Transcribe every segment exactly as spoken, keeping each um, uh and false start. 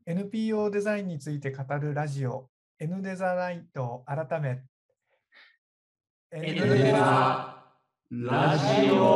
エヌピーオー デザインについて語るラジオ N デザナイト改め N デザラジオ。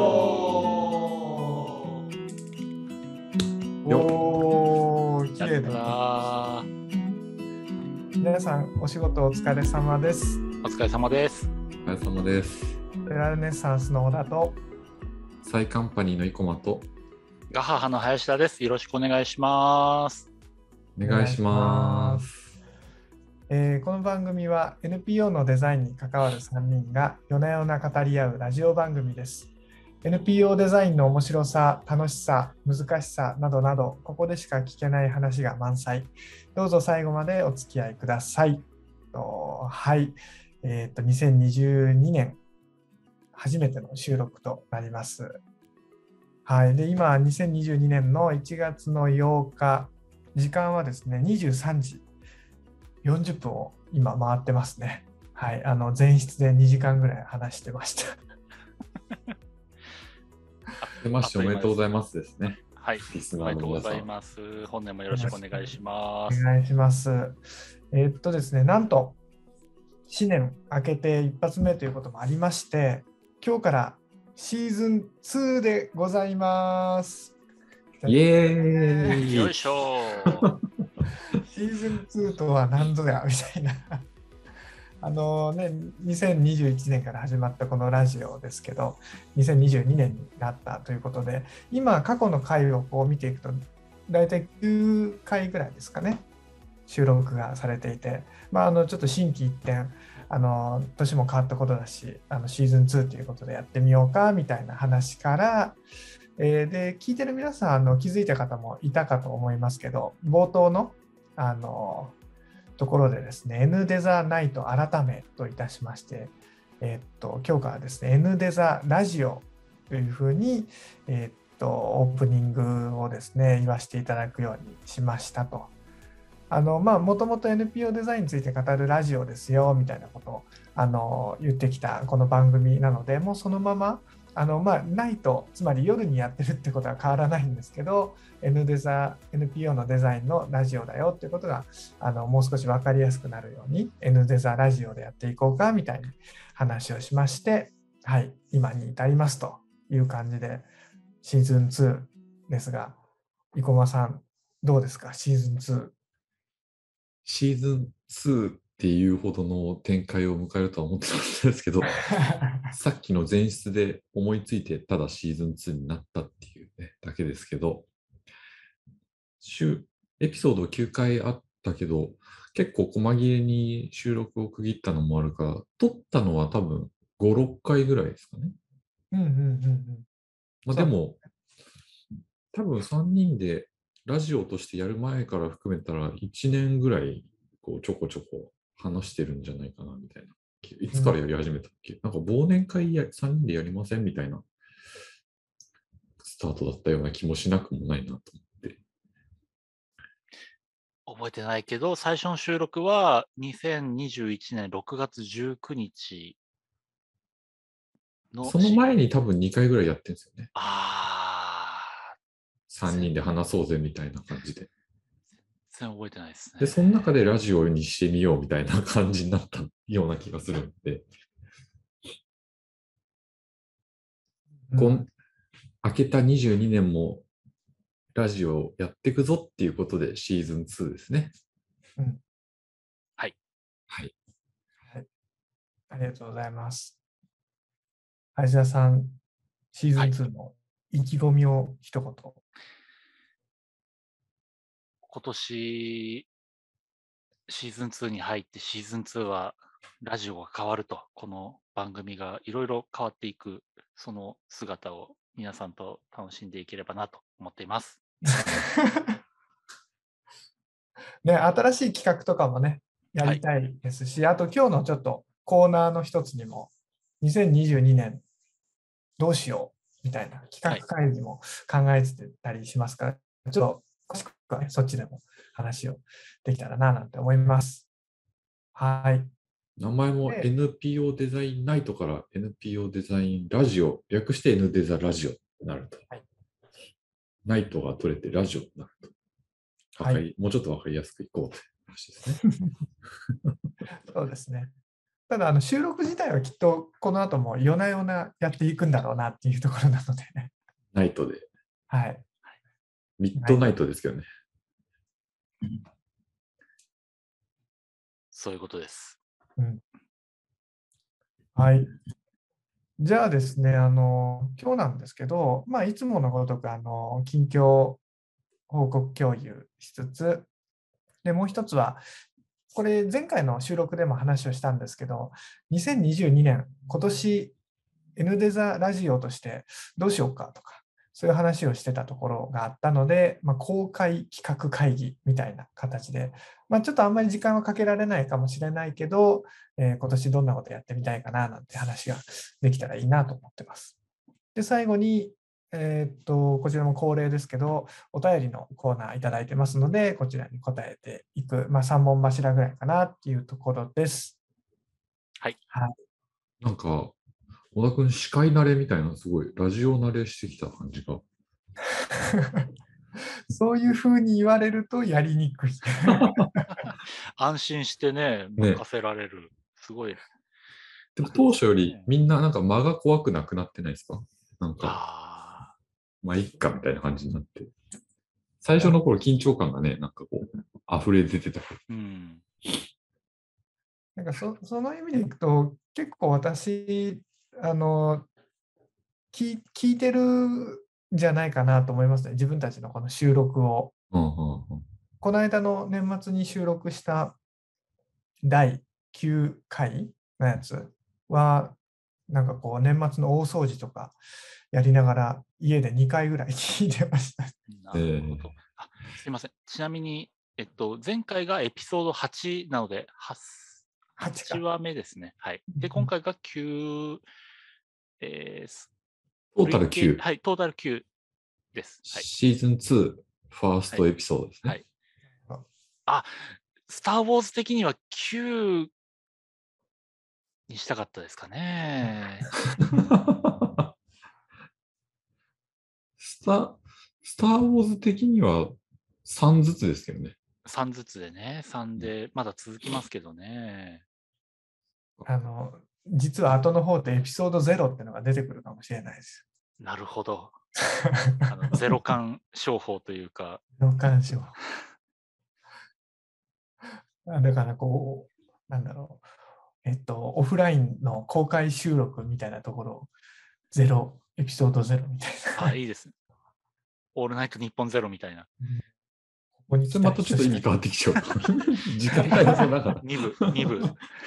おー、綺麗だ。 だ皆さんお仕事お疲れ様です。 お疲れ様です。 お疲れ様です。 テラルネッサンスの小田とサイカンパニーの生駒とガハハの林田です。よろしくお願いします。 お願いします。 えーこの番組は エヌピーオー のデザインに関わるさんにんが夜な夜な語り合うラジオ番組です。エヌピーオー デザインの面白さ、楽しさ、難しさなどなど、ここでしか聞けない話が満載。どうぞ最後までお付き合いください。とはい、えーと、にせんにじゅうにねん初めての収録となります。はい、で今、にせんにじゅうにねんのいちがつのようか、時間はですね、にじゅうさんじよんじゅっぷんを今回ってますね。はい、あの前室でにじかんぐらい話してました。 明けましておめでとうございますですね。 はい、 リスおめでとうごナーの皆さん。 ざいます。本年もよろしくお願いしまおす。 願いします。えーっとですね、なんと新年明けて一発目ということもありまして、今日からシーズンツーでございます。 イエーイ。 よいしょ。 シーズンツーとは何ぞやみたいな。あのね、にせんにじゅういちねんから始まったこのラジオですけど、にせんにじゅうにねんになったということで、今過去の回をこう見ていくと、だいたいきゅうかいぐらいですかね、収録がされていて、まあ、あのちょっと心機一転、あの年も変わったことだし、あのシーズンツーということでやってみようかみたいな話から、えーで聞いてる皆さんあの気づいた方もいたかと思いますけど、冒頭のあのところでですね、N デザナイト改めといたしまして、えーっと今日からですね、N デザラジオというふうに、えーっとオープニングをですね、言わせていただくようにしましたと。あのまあもともと エヌピーオー デザインについて語るラジオですよみたいなことをあの言ってきたこの番組なので、もうそのままあのまあナイト、つまり夜にやってるってことは変わらないんですけど、N デザ エヌピーオー のデザインのラジオだよっていうことがあのもう少し分かりやすくなるように N デザラジオでやっていこうかみたいに話をしまして、はい、今に至りますという感じでシーズンツーですが、生駒さんどうですか、シーズンツー。 シーズンツーっていうほどの展開を迎えるとは思ってなかったですけど、さっきの前室で思いついてただシーズンツーになったっていう、ね、だけですけど、週エピソードきゅうかいあったけど、結構細切れに収録を区切ったのもあるから、撮ったのは多分ご、ろっかいぐらいですかね。 うんうんうんうん。 まあ、でも、多分さんにんでラジオとしてやる前から含めたらいちねんぐらいこうちょこちょこ話してるんじゃないかなみたいな。いつからやり始めたっけ、うん、なんか忘年会やさんにんでやりませんみたいなスタートだったような気もしなくもないなと思って。 覚えてないけど、最初の収録はにせんにじゅういちねんろくがつじゅうくにちの。 その前に多分にかいぐらいやってるんですよね。 ああ。 さんにんで話そうぜみたいな感じで。 全然覚えてないですね。 で、その中でラジオにしてみようみたいな感じになったような気がするんで。うん、明けたにじゅうにねんもラジオをやっていくぞっていうことでシーズンツーですね。 うん、 はい。 はい。 はい。ありがとうございます。林田さん、シーズンツーの意気込みを一言。はい、 今年、シーズンツーに入ってシーズンツーはラジオが変わると、この番組がいろいろ変わっていく、その姿を皆さんと楽しんでいければなと思っています。 ね、新しい企画とかもね、やりたいですし、はい、あと今日のちょっとコーナーの一つにも、にせんにじゅうにねんどうしようみたいな企画会議も考えてたりしますから、はい、ちょっと詳しくはね、そっちでも話をできたらななんて思います。はい。 名前も エヌピーオー デザインナイトから エヌピーオー デザインラジオ、略して N デザラジオになると。はい、ナイトが取れてラジオになると。 わかりもうちょっとわかりやすくいこうって話ですね。 そうですね。ただ、あの収録自体はきっとこの後も夜な夜なやっていくんだろうなっていうところなので、 ナイトで。 はい。 ミッドナイトですけどね。 そういうことです。 うん、はい。じゃあですね、あの、今日なんですけど、まあ、いつものごとく、あの、近況報告共有しつつ、で、もう一つは、これ前回の収録でも話をしたんですけど、にせんにじゅうにねん、今年 N デザラジオとしてどうしようかとか、そういう話をしてたところがあったので、まあ、公開企画会議みたいな形で、まあ、ちょっとあんまり時間はかけられないかもしれないけど、えー今年どんなことやってみたいかななんて話ができたらいいなと思ってます。で、最後に、えーっと、こちらも恒例ですけど、お便りのコーナーいただいてますので、こちらに答えていく、まあ、さんぼん柱ぐらいかなっていうところです。 はい。 はい。 なんか、小田君、司会慣れみたいな、すごい、ラジオ慣れしてきた感じが。 そういうふうに言われるとやりにくい。 安心してね、 ね任せられる。すごい。 でも当初よりねみんななんか間が怖くなくなってないですか？なんか、 あまあ、いっかみたいな感じになって。最初の頃緊張感がね、なんかこう、溢れ出てた。 あ、うん。 なんかそその意味でいくと、結構私、あの聞、聞いてるんじゃないかなと思いますね、自分たちのこの収録を。 うんうんうんこの間の年末に収録しただいきゅうかいのやつは、なんかこう、年末の大掃除とかやりながら、家でにかいぐらい聞いてました。 なるほど。あ、すいません。ちなみに、えっと、前回がエピソードはちなので、はちか。 話目ですね。はい。で、今回がきゅう、えーすトータルきゅう。 累計はい、トータルきゅうです。はい。 シーズンツー、ファーストエピソードですね。 はい。あ、スター・ウォーズ的にはきゅうにしたかったですかね。 スタ、スター・ウォーズ的にはさんずつですけどね。 さんずつでね、さんで、まだ続きますけどね。 あの、実は後の方でエピソードゼロっていうのが出てくるかもしれないです。 なるほど。あのゼロ感商法というか。 ゼロ干渉。だからこう、なんだろう、えっと、オフラインの公開収録みたいなところを、ゼロ、エピソードゼロみたいな。 あ、いいですね。オールナイトニッポンゼロみたいな。 ここにそれまたちょっと意味変わってきちゃう。時間帯がそうだから。 に部、に部。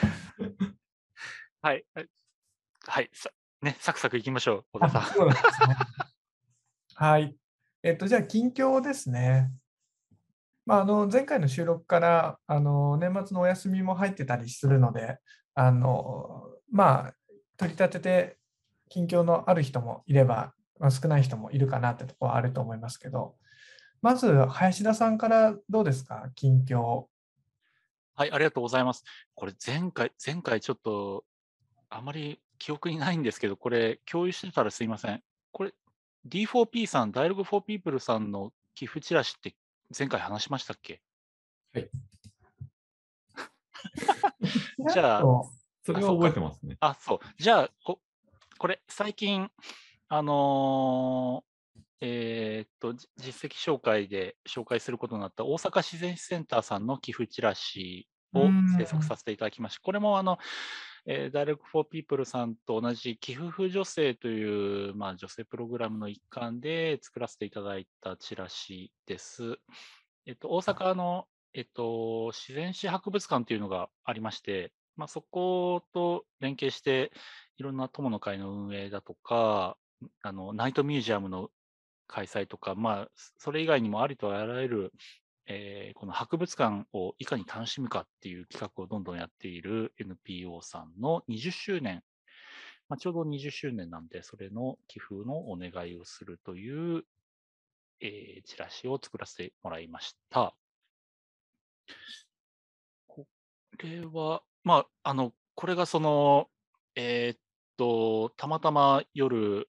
はい。はい。さね、サクサクいきましょう、小田さん。 あそうなんですね。はい。えっと、じゃあ、近況ですね。まあ、あの前回の収録からあの年末のお休みも入ってたりするので、あのまあ、取り立てて近況のある人もいれば、まあ、少ない人もいるかなってところはあると思いますけど、まず林田さんからどうですか、近況。 はい、ありがとうございます。これ前回、前回ちょっと、あまり記憶にないんですけど、これ共有してたらすいません。これ ディーフォーピー さん、Dialogue for People さんの寄付チラシって前回話しましたっけ？ はい。 じゃあ、 それは覚えてますね。 あ、そう。じゃあ、ここれ、最近、あのーえーっと、じ実績紹介で紹介することになった大阪自然史センターさんの寄付チラシを制作させていただきました。これもあの、えー、Dialogue for People さんと同じ寄付婦女性という、まあ、女性プログラムの一環で作らせていただいたチラシです。えっと、大阪の、えっと、自然史博物館というのがありまして、まあ、そこと連携して、いろんな友の会の運営だとか、あのナイトミュージアムの開催とか、まあ、それ以外にもありとあらゆる、えーこの博物館をいかに楽しむかっていう企画をどんどんやっている エヌピーオー さんのにじゅっしゅうねん、まあ、ちょうどにじゅっしゅうねんなんで、それの寄付のお願いをするという、えーチラシを作らせてもらいました。これは、まあ、あの、これがその、えーっと、たまたま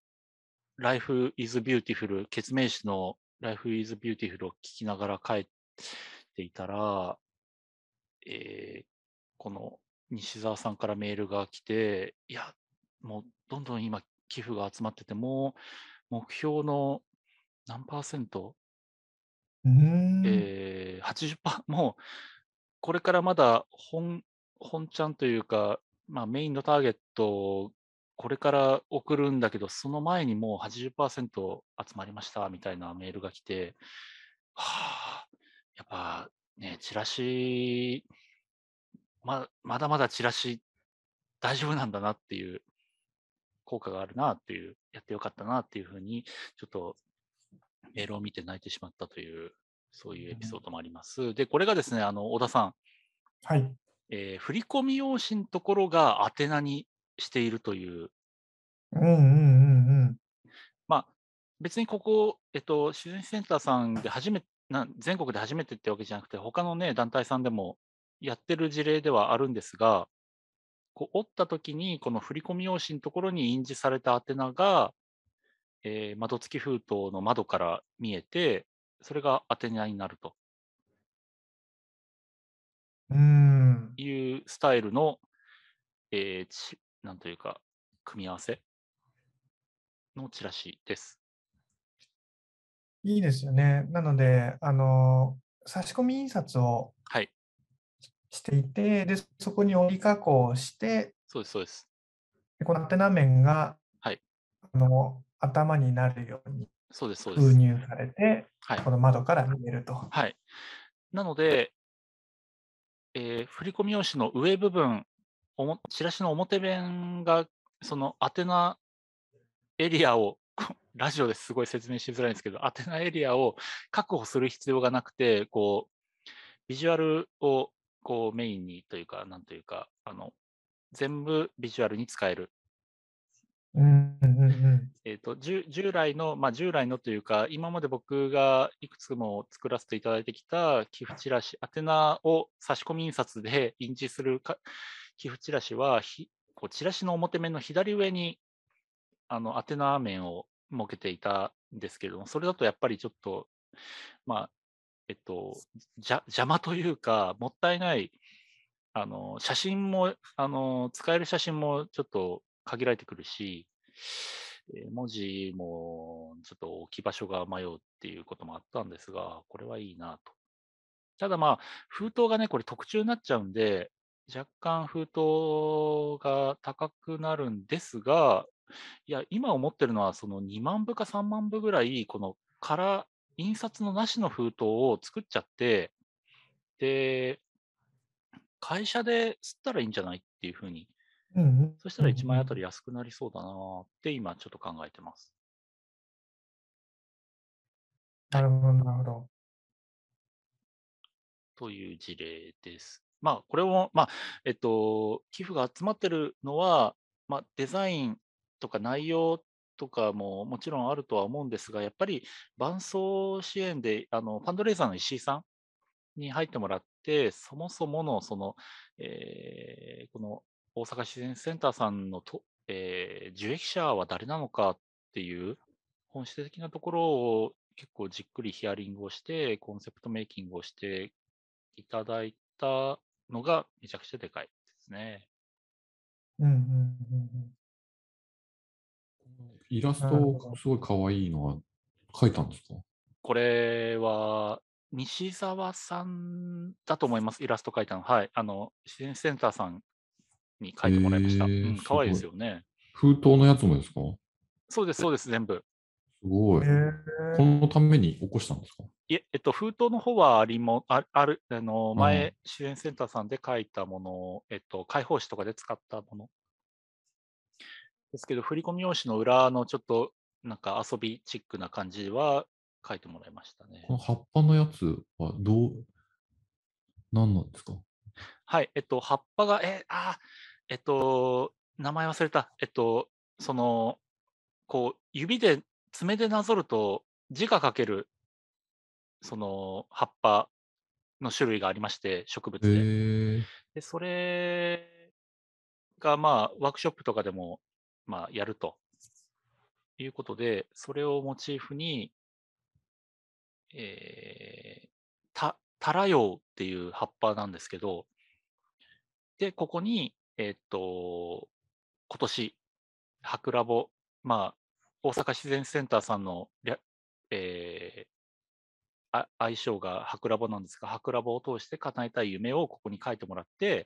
夜、Life is Beautiful、ケツメイシの Life is Beautiful を聞きながら帰っていたら、えーこの西澤さんからメールが来て、いや、もうどんどん今寄付が集まってて、もう目標の何パーセント、 うーん。 えー、はちじゅっパーセント、もうこれからまだ本、本ちゃんというか、まあメインのターゲットをこれから送るんだけど、その前にもうはちじゅっパーセント集まりましたみたいなメールが来て、はあ、やっぱね、チラシ、ままだまだチラシ大丈夫なんだなっていう効果があるなっていう、やってよかったなっていうふうに、ちょっとメールを見て泣いてしまったという、そういうエピソードもあります。で、これがですね、あの、小田さん、 はい。 えー振り込み用紙のところが宛名にしているという、 うんうんうんうん。 まあ、別にここ、えっと、自然センターさんで初めて、な全国で初めてってわけじゃなくて、他のね、団体さんでもやってる事例ではあるんですが、こう折った時に、この振り込み用紙のところに印字された宛名が、えー窓付き封筒の窓から見えて、それが宛名になるとうーん。 いうスタイルの、えーちなんというか、組み合わせのチラシです。 いいですよね。なので、あの、差し込み印刷をはい、 していて、で、そこに折り加工して、 そうです、そうです。 で、この宛名面が、 はい、 あの、頭になるようにそうです、そうで封す。 入されて、 はい、 この窓から見えると。 はい。なので、えー振り込み用紙の上部分、おもチラシの表面が、その宛名エリアを、こラジオですごい説明しづらいんですけど、宛名エリアを確保する必要がなくて、こう、ビジュアルをこうメインにというか、なんというか、あの、全部ビジュアルに使える。 うんうんうんえっ、と、従従来の、まあ、従来のというか、今まで僕がいくつも作らせていただいてきた寄付チラシ、宛名を差し込み印刷で印字するか寄付チラシは、ひこうチラシの表面の左上にあの宛名面を設けていたんですけれども、それだとやっぱりちょっと、まあ、えっと、じゃ邪魔というか、もったいない、あの写真もあの、使える写真もちょっと限られてくるし、えー文字もちょっと置き場所が迷うっていうこともあったんですが、これはいいなと。ただまあ、封筒がね、これ特注になっちゃうんで、若干封筒が高くなるんですが、いや、今思ってるのは、そのにまん部かさんまん部ぐらい、このカラー、印刷のなしの封筒を作っちゃって、で、会社で吸ったらいいんじゃないっていうふうに、 うんうんそしたら1 うんうん枚あたり安くなりそうだなって今ちょっと考えてます。はい。 なるほど、なるほど。 という事例です。まあ、これも、まあ、えっと、寄付が集まってるのは、まあ、デザインとか内容とかももちろんあるとは思うんですが、やっぱり伴走支援で、あの、ファンドレイザーの石井さんに入ってもらって、そもそもの、その、えーこの大阪自然センターさんのと、えー受益者は誰なのかっていう、本質的なところを結構じっくりヒアリングをして、コンセプトメイキングをしていただいたのがめちゃくちゃでかいですね。 うんうんうんイラうん。 スト、 なるほど。 すごい可愛いのは描いたんですか？ これは、西澤さんだと思います。イラスト描いたの。はい。あの、自然センターさんにえ描いてもらいました。うー、 ん、可愛いですごい。 すよね。 封筒のやつもですか？ そうです、そうです、全部。 すごい。 へこえ。 のために起こしたんですか？ いえ、えっと、封筒の方はありも、あある、あの、 ああ、 前、自然センターさんで書いたものを、えっと、開放紙とかで使ったものですけど、振り込み用紙の裏のちょっと、なんか遊びチックな感じは書いてもらいましたね。 この葉っぱのやつはどう、何なんですか？ はい、えっと、葉っぱが、え、あ、えっと、名前忘れた。えっと、その、こう、指で、爪でなぞると字が書ける、その、葉っぱの種類がありまして、植え物で。 ー、 で、それが、まあ、ワークショップとかでも、まあ、やるということで、それをモチーフに、えーたタラヨウっていう葉っぱなんですけど、で、ここに、えっと、今年、ハクラボ、まあ、大阪自然センターさんの、えーあ愛称がハクラボなんですが、ハクラボを通して叶えたい夢をここに書いてもらって、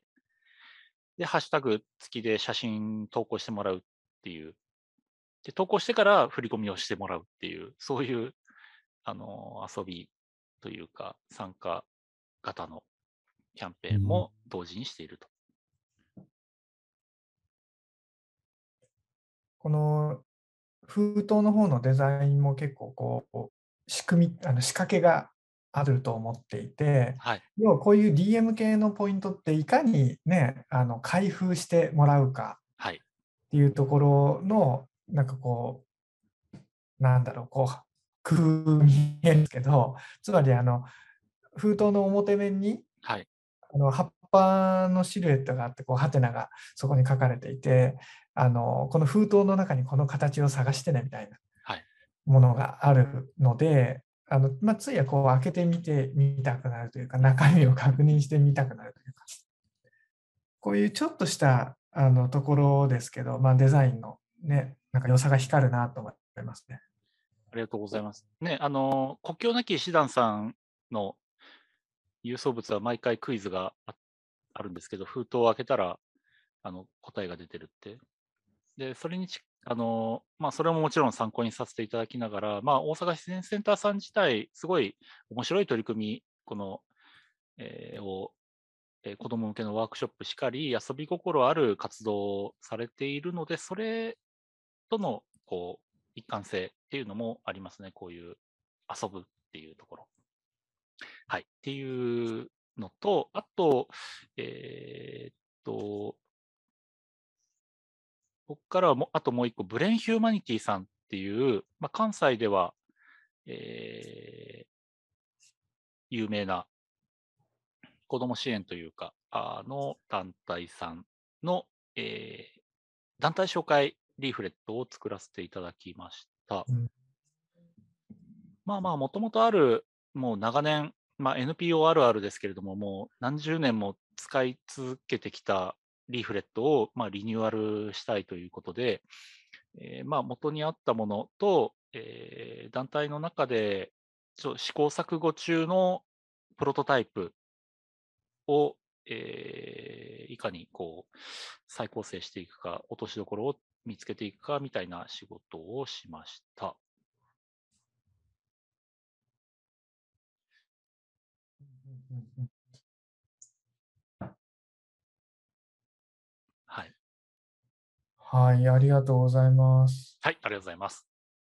で、ハッシュタグ付きで写真投稿してもらうっていう。で、投稿してから振り込みをしてもらうっていう、そういう、あの、遊びというか、参加型のキャンペーンも同時にしていると。 この封筒の方のデザインも結構こう仕組み、あの仕掛けがあると思っていて、 はい。 要はこういう ディーエム 系のポイントっていかにね、あの開封してもらうかはい。 っていうところの、なんかこう、なんだろう、こう、工夫見えるんですけど、つまりあの、封筒の表面に、 はい。 あの葉っぱのシルエットがあって、こう、ハテナがそこに書かれていて、あの、この封筒の中にこの形を探してねみたいなはい。 ものがあるので、あの、まあ、ついはこう開けてみてみたくなるというか、中身を確認してみたくなるというか、こういうちょっとしたあのところですけど、まあ、デザインのね、なんか良さが光るなと思いますね。 ありがとうございます。ね、あの、国境なき医師団さんの郵送物は毎回クイズがああるんですけど、封筒を開けたら、あの、答えが出てるって。で、それにち、あの、まあ、それももちろん参考にさせていただきながら、まあ、大阪自然センターさん自体、すごい面白い取り組み、この、えーを、えー子ども向けのワークショップしかり、遊び心ある活動をされているので、それとの、こう、一貫性っていうのもありますね。こういう遊ぶっていうところ。はい。っていうのと、あと、えーっと、ここからはもあともう一個、ブレインヒューマニティさんっていう、まあ、関西では、えー、有名な子ども支援というか、あの団体さんの、えー、団体紹介リーフレットを作らせていただきました。 うん、 まあまあ、もともとある、もう長年、まあ、エヌピーオー あるあるですけれども、もう何十年も使い続けてきたリーフレットを、まあ、リニューアルしたいということで、えーまあ、元にあったものと、えー団体の中でちょ試行錯誤中のプロトタイプを、えーいかにこう再構成していくか、落としどころを見つけていくかみたいな仕事をしました。はい。 はい、ありがとうございます。 はい、ありがとうございます。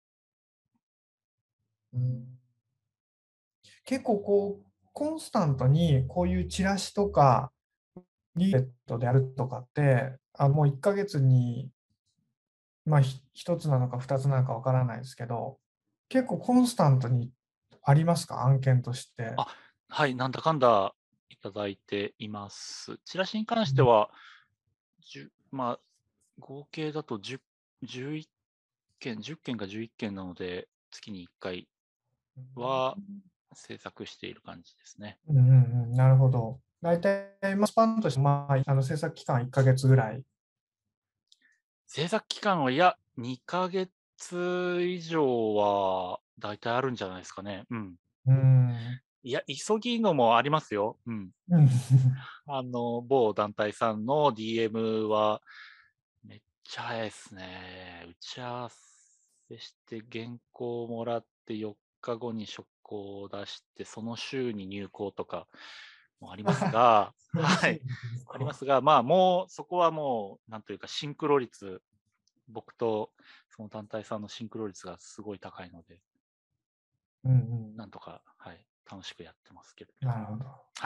うん、結構こう、コンスタントにこういうチラシとか、リーフレットでやるとかって、あもういっかげつに、まあ、ひ一つなのか二つなのかわからないですけど、結構コンスタントにありますか、案件として。 あ、はい、なんだかんだいただいています。チラシに関してうんは、じゅまあ、合計だとじゅう、じゅういっけん、じゅっけんかじゅういっけんなので、月にいっかいは制作している感じですね。 うんうんうん、なるほど。大体、まあ、スパンとして、まあ、あの制作期間いっかげつぐらい。 制作期間はいや、にかげつ以上は大体あるんじゃないですかね。うん。 うん。 いや、急ぎのもありますよ。うん。 うんあの、某団体さんの ディーエム は、めっちゃ早いですね。打ち合わせして原稿をもらってよっかごに初稿を出して、その週に入稿とかもありますが、はい。ありますが、まあもうそこはもう、なんというかシンクロ率、僕とその団体さんのシンクロ率がすごい高いので、 うんうん、 なんとか、はい、楽しくやってますけれど。 なるほど。 はい。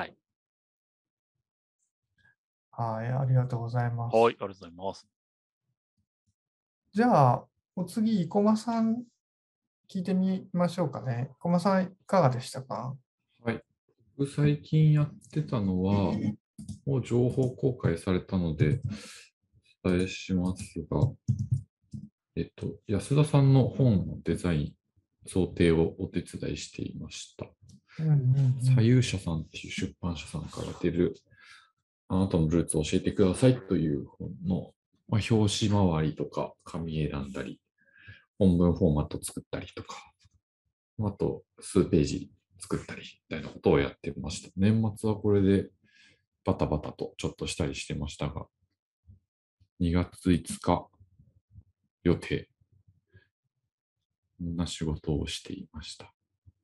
はい、ありがとうございまはい、あす。 りがとうございます。 じゃあ、お次、生駒さん聞いてみましょうかね。生駒さん、いかがでしたか？ はい。僕最近やってたのは、もう情報公開されたので、お伝えしますが、えっと、安田さんの本のデザイン、想定をお手伝いしていました。 うんうん左右者さんっていう出版社さんから出る、あなたのルーツを教えてくださいという本の、まあ、表紙周りとか紙選んだり、本文フォーマット作ったりとか、あと数ページ作ったりみたいなことをやってました。年末はこれでバタバタとちょっとしたりしてましたが、にがついつか予定、こんな仕事をしていました。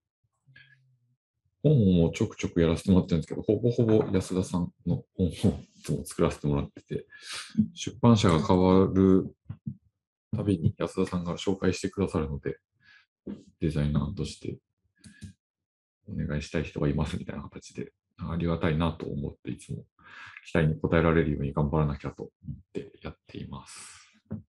本もちょくちょくやらせてもらってるんですけど、ほぼほぼ安田さんの本をいつも作らせてもらってて、出版社が変わるたびに安田さんが紹介してくださるので、デザイナーとしてお願いしたい人がいますみたいな形で、ありがたいなと思っていつも期待に応えられるように頑張らなきゃと思ってやっています。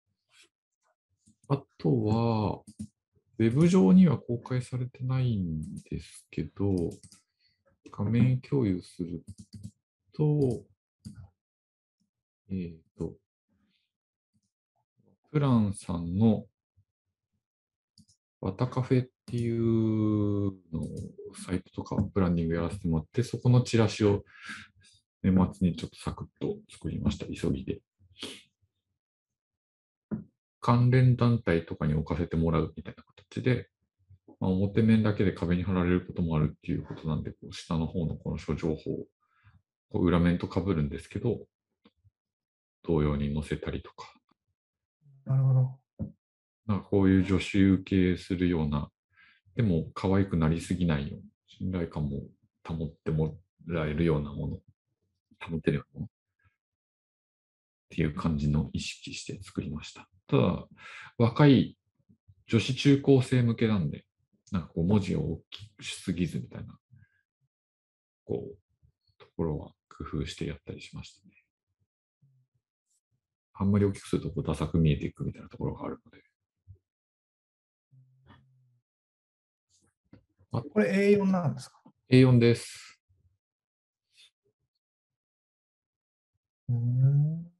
あとは、ウェブ上には公開されてないんですけど、画面共有すると、えっと、プランさんのワタカフェっていうのをサイトとかブランディングやらせてもらって、そこのチラシを年末にちょっとサクッと作りました、急ぎで。関連団体とかに置かせてもらうみたいな形で、まあ、表面だけで壁に貼られることもあるっていうことなんで、こう下の方のこの諸情報をこう裏面と被るんですけど、同様に載せたりとか。 なるほど。 なんかこういう助手受けするような、でも可愛くなりすぎないような、信頼感も保ってもらえるようなもの、保てるようなものっていう感じの意識して作りました。ただ、若い女子中高生向けなんで、なんかこう文字を大きくしすぎずみたいな、こう、ところは工夫してやったりしましたね。あんまり大きくするとこうダサく見えていくみたいなところがあるので。 これ エーよん なんですか？ エーよん です。 うーん。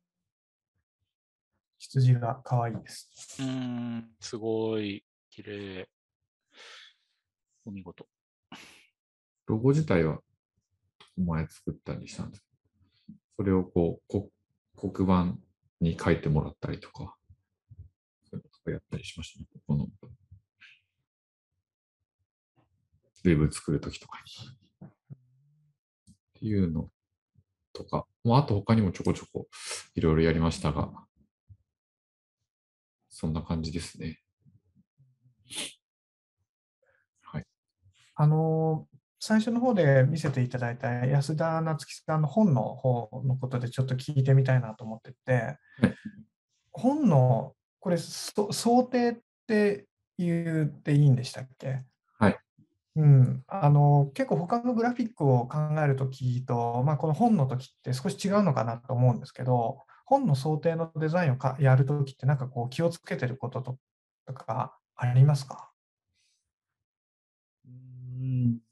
羊が可愛いです。 うーん、すごい綺麗。お見事。 ロゴ自体は前作ったりしたんですけど、それをこう、こ黒板に書いてもらったりとか、そういうことやったりしましたね。このウェブ作るときとかに。っていうのとか、まあ、あと他にもちょこちょこいろいろやりましたが、そんな感じですね。はい。 あの、最初の方で見せていただいた安田なつきさんの本の方のことでちょっと聞いてみたいなと思ってて、 はい、 本のこれそ想定って言っていいんでしたっけ？ はい。 うん、あの結構他のグラフィックを考えるときと、まあ、この本の時って少し違うのかなと思うんですけど、本の想定のデザインをかやるときってなんかこう気をつけてることとかありますか？ うーん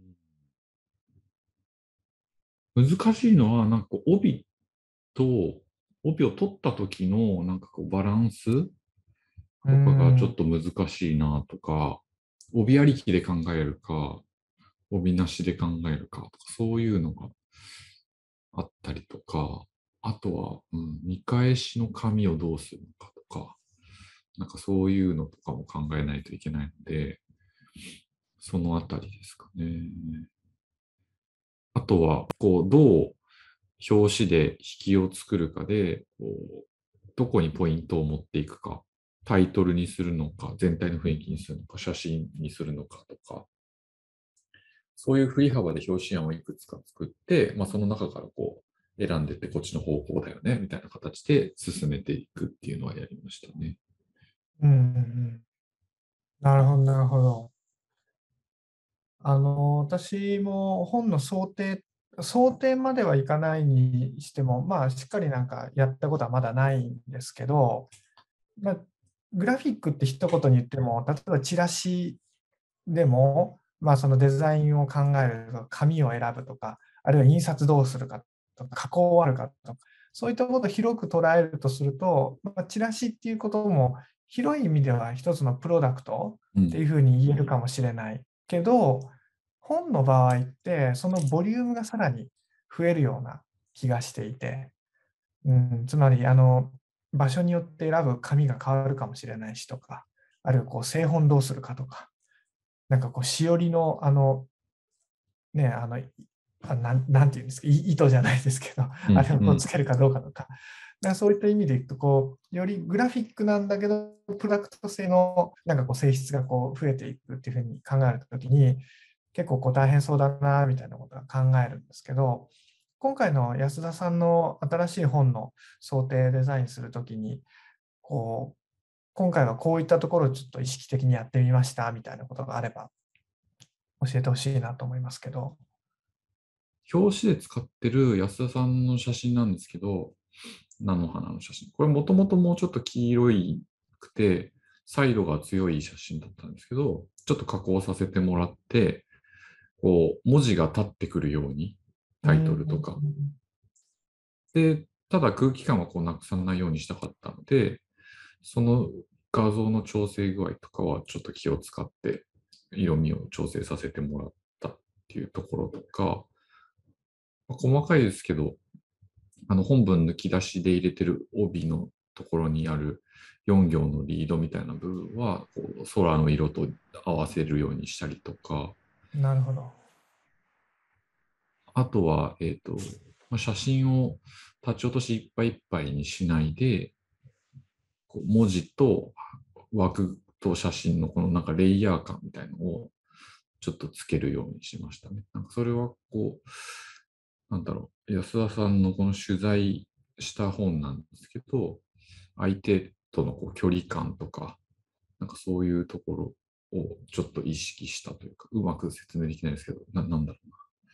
難しいのは、なんかこう帯と、帯を取った時のなんかこうバランスうとかがちょっん、 と難しいなとか、帯ありきで考えるか、帯なしで考えるかとか、そういうのがあったりとか、あとは、うん、見返しの紙をどうするのかとか、なんかそういうのとかも考えないといけないので、そのあたりですかね。あとは、こう、どう表紙で引きを作るかで、こうどこにポイントを持っていくか、タイトルにするのか、全体の雰囲気にするのか、写真にするのかとか、そういう振り幅で表紙案をいくつか作って、まあ、その中からこう選んでってこっちの方向だよねみたいな形で進めていくっていうのはやりましたね。 うんうんうん、なるほど、なるほど。あの、私も本の想定、想定まではいかないにしても、まあ、しっかりなんかやったことはまだないんですけど、まあ、グラフィックって一言に言っても、例えばチラシでも、まあ、そのデザインを考えるとか、紙を選ぶとか、あるいは印刷どうするかとか、加工はあるかとか、そういったことを広く捉えるとすると、まあ、チラシっていうことも広い意味では一つのプロダクトうん。 っていうふうに言えるかもしれないけど、 本の場合ってそのボリュームがさらに増えるような気がしていて、うん、つまりあの場所によって選ぶ紙が変わるかもしれないしとか、あるいはこう製本どうするかとか、なんかこうしおりのあのね、あのあなん、なんていうんですか、い糸じゃないですけど、 うんあれをこううんつけるかどうかとか、だからそういった意味でいくとこう、よりグラフィックなんだけど、プロダクト性のなんかこう性質がこう増えていくっていうふうに考えるときに、結構こう大変そうだなみたいなことは考えるんですけど、今回の安田さんの新しい本の想定デザインするときに、こう、今回はこういったところをちょっと意識的にやってみましたみたいなことがあれば教えてほしいなと思いますけど。 表紙で使ってる安田さんの写真なんですけど、菜の花の写真。これもともともうちょっと黄色いくて、サイドが強い写真だったんですけど、ちょっと加工させてもらって、こう、文字が立ってくるように、タイトルとか。で、ただ空気感はこうなくさないようにしたかったので、その画像の調整具合とかはちょっと気を使って色味を調整させてもらったっていうところとか、まあ細かいですけど、あの本文抜き出しで入れてる帯のところにあるよん行のリードみたいな部分はこう空の色と合わせるようにしたりとか、 なるほど。 あとは、えっと、まあ写真をタッチ落としいっぱいいっぱいにしないで、こう文字と枠と写真のこのなんかレイヤー感みたいのをちょっとつけるようにしましたね。なんかそれはこう、なんだろう、安田さんのこの取材した本なんですけど、相手とのこう距離感とか、なんかそういうところをちょっと意識したというか、うまく説明できないですけど、な、なんだろ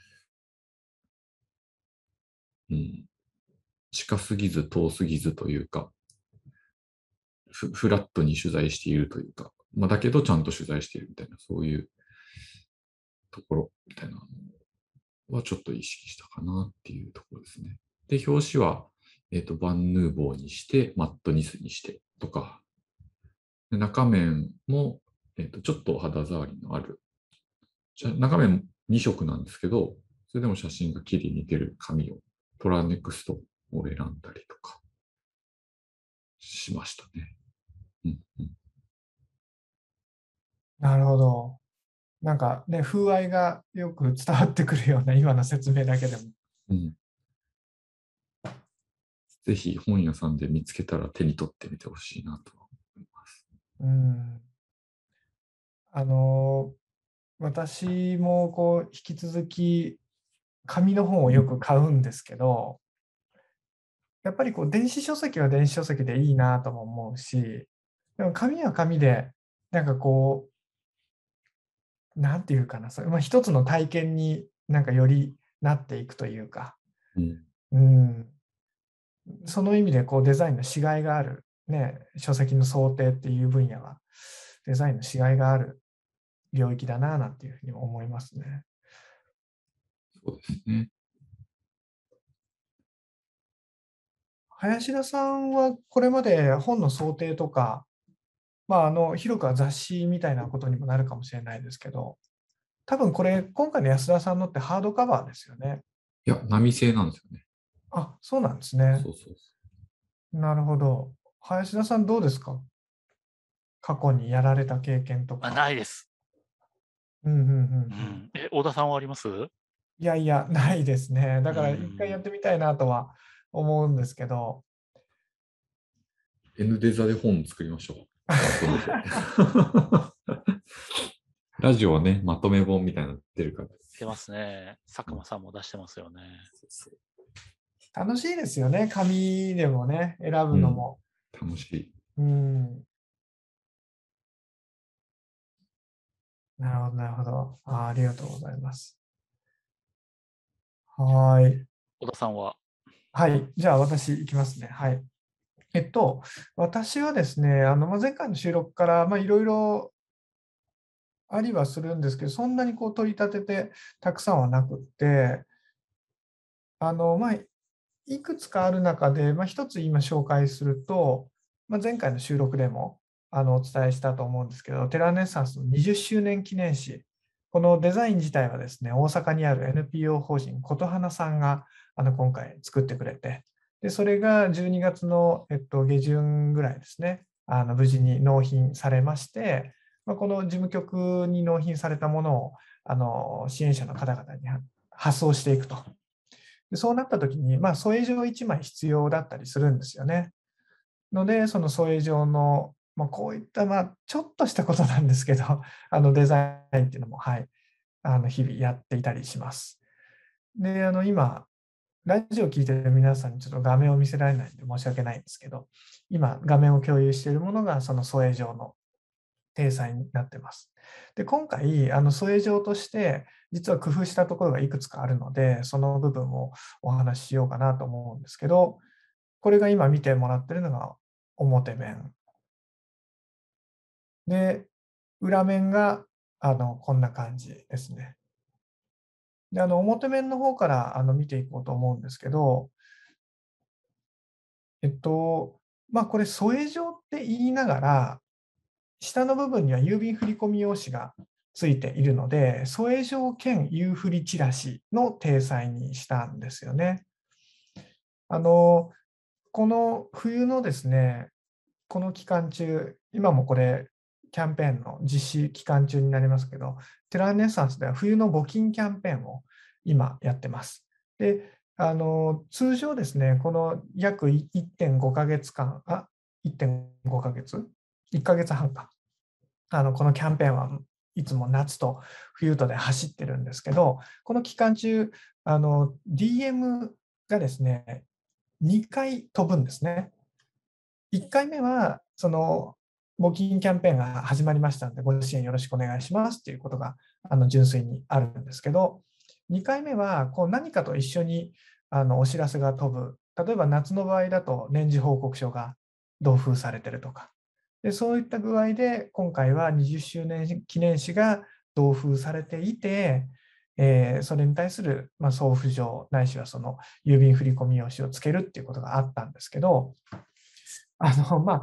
うな。うん。近すぎず遠すぎずというか、フフラットに取材しているというか、まあ、だけどちゃんと取材しているみたいな、そういうところみたいなのはちょっと意識したかなっていうところですね。で、表紙は、えっと、バンヌーボーにして、マットニスにしてとか、で中面も、えっと、ちょっと肌触りのある、じゃ中面に色なんですけど、それでも写真が綺麗に出る紙を、トラネクストを選んだりとかしましたね。うんうんなるほど。なんかね、風合いがよく伝わってくるような今の説明だけでも。 うん、ぜひ本屋さんで見つけたら手に取ってみてほしいなと思います。 うん。あの、私もこう引き続き紙の本をよく買うんですけど、やっぱりこう電子書籍は電子書籍でいいなとも思うし、でも紙は紙で、なんかこう、なんていうかな、それまあ、一つの体験になんかよりなっていくというか、 うん、 うん、その意味でこうデザインのしがいがある、ね、書籍の想定っていう分野はデザインのしがいがある領域だななんていうふうに思いますね。 そうですね。 林田さんはこれまで本の想定とか、まあ、あの広くは雑誌みたいなことにもなるかもしれないですけど、多分これ今回の安田さんのってハードカバーですよね。 いや、波製なんですよね。 あ、そうなんですね。 そうそうそなるほど。林田さんどうですか、過去にやられた経験とあ、 か。 ないです。 うんうんうんう。 うんん。え、小田さんはあります？ いやいや、ないですね。だうから一回やっん。 てみたいなとは思うんですけど。 う。N デザで本作りましょう。まとめて。ラジオはね、まとめ本みたいなの出るから。 出ますね。佐久間さんも出してますよね。 楽しいですよね。紙でもね、選ぶうん、 のも。 楽しい。 うん。なるほど、なるほど。あ、ありがとうございます。はい。 小田さんは？ はい。じゃあ私いきますね。はい。えっと、私はですね、あの、まあ、前回の収録から、まあ、いろいろありはするんですけど、そんなにこう取り立ててたくさんはなくって、あの、まあ、いくつかある中で、まあ、一つ今紹介すると、まあ、前回の収録でもあのお伝えしたと思うんですけど、テラネッサンスのにじゅっしゅうねん記念誌、 このデザイン自体はですね、大阪にある エヌピーオー 法人琴花さんがあの今回作ってくれて、でそれがじゅうにがつの、えっと、下旬ぐらいですね、あの無事に納品されまして、まあ、この事務局に納品されたものをあの支援者の方々に発送していくと。でそうなったときに、まあ、添え状いちまい必要だったりするんですよね。ので、その添え状の、まあ、こういった、まあ、ちょっとしたことなんですけど、あのデザインっていうのも、はい、あの日々やっていたりします。で、あの今、ラジオを聞いている皆さんにちょっと画面を見せられないので申し訳ないんですけど、今、画面を共有しているものがその添え状の体裁になっています。で、今回、あの添え状として、実は工夫したところがいくつかあるので、その部分をお話ししようかなと思うんですけど、これが今見てもらっているのが表面。で、裏面があのこんな感じですね。で、あの表面の方からあの見ていこうと思うんですけど、えっと、まあ、これ添え状って言いながら、下の部分には郵便振込用紙がついているので、添え状兼郵振チラシの体裁にしたんですよね。あの、この冬のですね、この期間中、今もこれ、キャンペーンの実施期間中になりますけど、テラネッサンスでは冬の募金キャンペーンを今やってます。で、あの通常ですね、この約 いってんごかげつかん、あ、いってんごかげつ ?いっかげつはんか。あのこのキャンペーンはいつも夏と冬とで走ってるんですけど、この期間中、あの ディーエム がですね、にかい飛ぶんですね。いっかいめは、その募金キャンペーンが始まりましたので、ご支援よろしくお願いしますということがあの純粋にあるんですけど、にかいめはこう何かと一緒にあのお知らせが飛ぶ。例えば夏の場合だと年次報告書が同封されてるとか。でそういった具合で、今回はにじゅっしゅうねん記念誌が同封されていて、えーそれに対する、まあ、送付状ないしはその郵便振込用紙をつけるっていうことがあったんですけど、あのま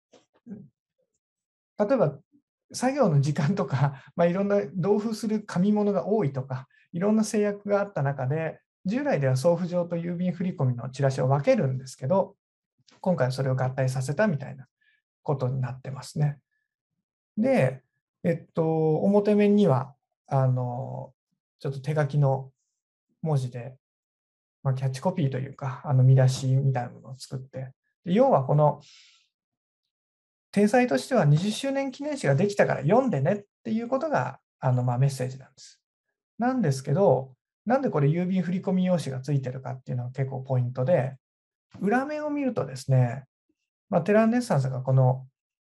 あ、例えば作業の時間とか、まあ、いろんな同封する紙物が多いとか、いろんな制約があった中で、従来では送付状と郵便振込のチラシを分けるんですけど、今回はそれを合体させたみたいなことになってますね。で、えっと、表面には、あの、ちょっと手書きの文字で、まあ、キャッチコピーというか、あの見出しみたいなものを作って、で要はこの、体裁としてはにじゅっしゅうねん記念誌ができたから読んでねっていうことがあのまあメッセージなんです。なんですけど、なんでこれ郵便振込用紙がついてるかっていうのが結構ポイントで、裏面を見るとですね、まあ、テランネッサンスがこの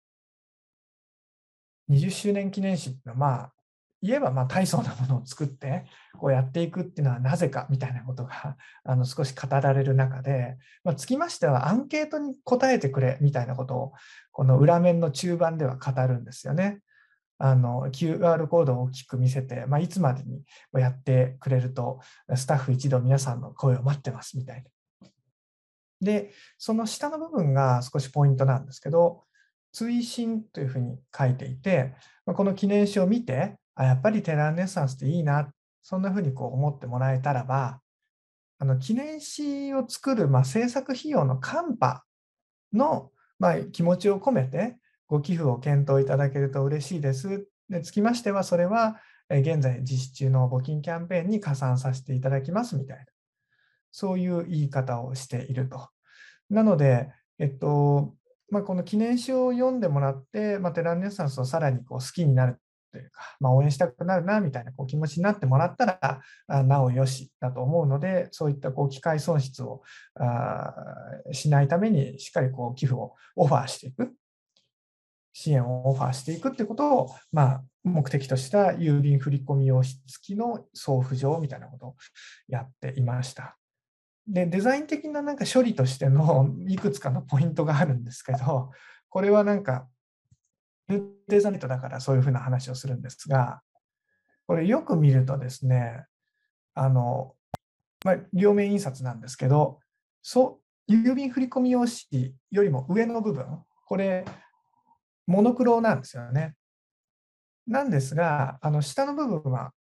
にじゅっしゅうねん記念誌っていうのは、まあ、言えばまあ大層なものを作ってこうやっていくっていうのはなぜかみたいなことがあの少し語られる中で、まあ、つきましてはアンケートに答えてくれみたいなことをこの裏面の中盤では語るんですよね。あの キューアール コードを大きく見せて、まあ、いつまでにやってくれるとスタッフ一同皆さんの声を待ってますみたいな。で、その下の部分が少しポイントなんですけど、追伸というふうに書いていて、この記念誌を見て、あ、やっぱりテランネッサンスっていいな、そんなふうにこう思ってもらえたらば、あの記念誌を作る、まあ、制作費用のカンパの、まあ、気持ちを込めて、ご寄付を検討いただけると嬉しいです。でつきましては、それは現在実施中の募金キャンペーンに加算させていただきますみたいな、そういう言い方をしていると。なので、えっとまあ、この記念誌を読んでもらって、まあ、テランネッサンスをさらにこう好きになるというか、まあ、応援したくなるなみたいなこう気持ちになってもらったら、あなおよしだと思うので、そういったこう機会損失をあしないために、しっかりこう寄付をオファーしていく、支援をオファーしていくということを、まあ、目的とした郵便振込用紙付きの送付状みたいなことをやっていました。で、デザイン的ななんか処理としてのいくつかのポイントがあるんですけど、これはなんか、デザインだからそういうふうな話をするんですが、これよく見るとですね、あの、まあ、両面印刷なんですけど、そう郵便振込用紙よりも上の部分、これ、モノクロなんですよね。なんですが、あの下の部分は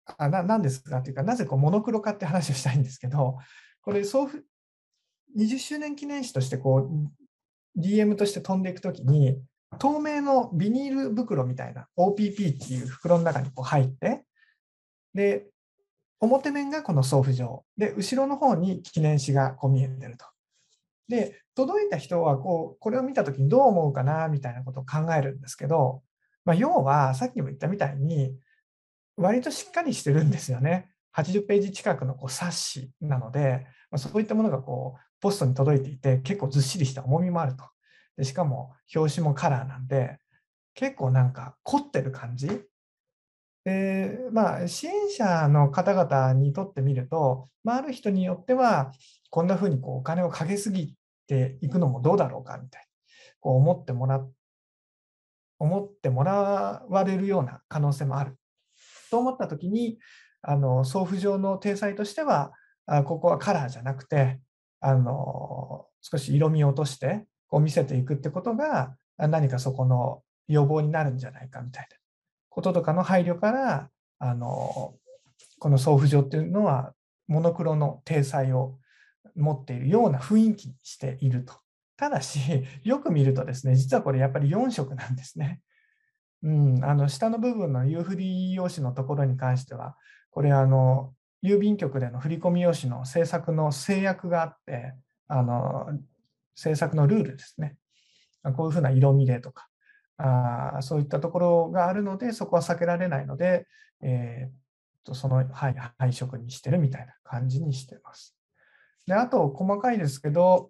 あななんですかというか、なぜこうモノクロ化って話をしたいんですけど、これ送付、にじゅっしゅうねん記念誌としてこう ディーエム として飛んでいくときに、透明のビニール袋みたいな オーピーピー っていう袋の中にこう入って、で、表面がこの送付状で、後ろの方に記念誌がこう見えてると。で、届いた人はこうこれを見たときにどう思うかなみたいなことを考えるんですけど、まあ、要はさっきも言ったみたいに、割としっかりしてるんですよね。はちじゅっページ近くのこう冊子なので、まあ、そういったものがこうポストに届いていて、結構ずっしりした重みもあると。でしかも表紙もカラーなんで、結構なんか凝ってる感じ。で、まあ、支援者の方々にとってみると、まあ、ある人によっては、こんな風にこうお金をかけすぎていくのもどうだろうかみたいにこう思ってもら思ってもらわれるような可能性もあると思ったときに、あの送付上の体裁としては、あここはカラーじゃなくて、あの少し色味を落としてこう見せていくってことが、あ何かそこの予防になるんじゃないかみたいなこととかの配慮から、あのこの送付状っていうのは、モノクロの体裁を持っているような雰囲気にしていると。ただし、よく見るとですね、実はこれやっぱりよん色なんですね。うん、あの下の部分の郵振り用紙のところに関しては、これあの郵便局での振込用紙の制作の制約があって、あの制作のルールですね。こういうふうな色味でとか、あそういったところがあるので、そこは避けられないので、えー、とその、はい、配色にしてるみたいな感じにしてます。で、あと細かいですけど、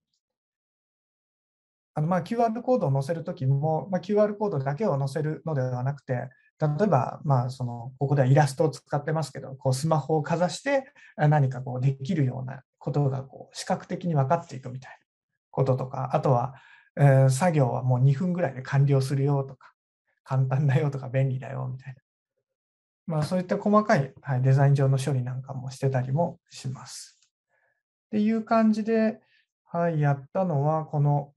あのまあ キューアール コードを載せるときも、まあ、キューアール コードだけを載せるのではなくて、例えば、まあ、そのここではイラストを使ってますけど、こうスマホをかざして何かこうできるようなことがこう視覚的に分かっていくみたいなこととか、あとは、えー作業はもうにふんぐらいで完了するよとか、簡単だよとか便利だよみたいな、まあ、そういった細かい、はい、デザイン上の処理なんかもしてたりもします。っていう感じで、はい、やったのは、この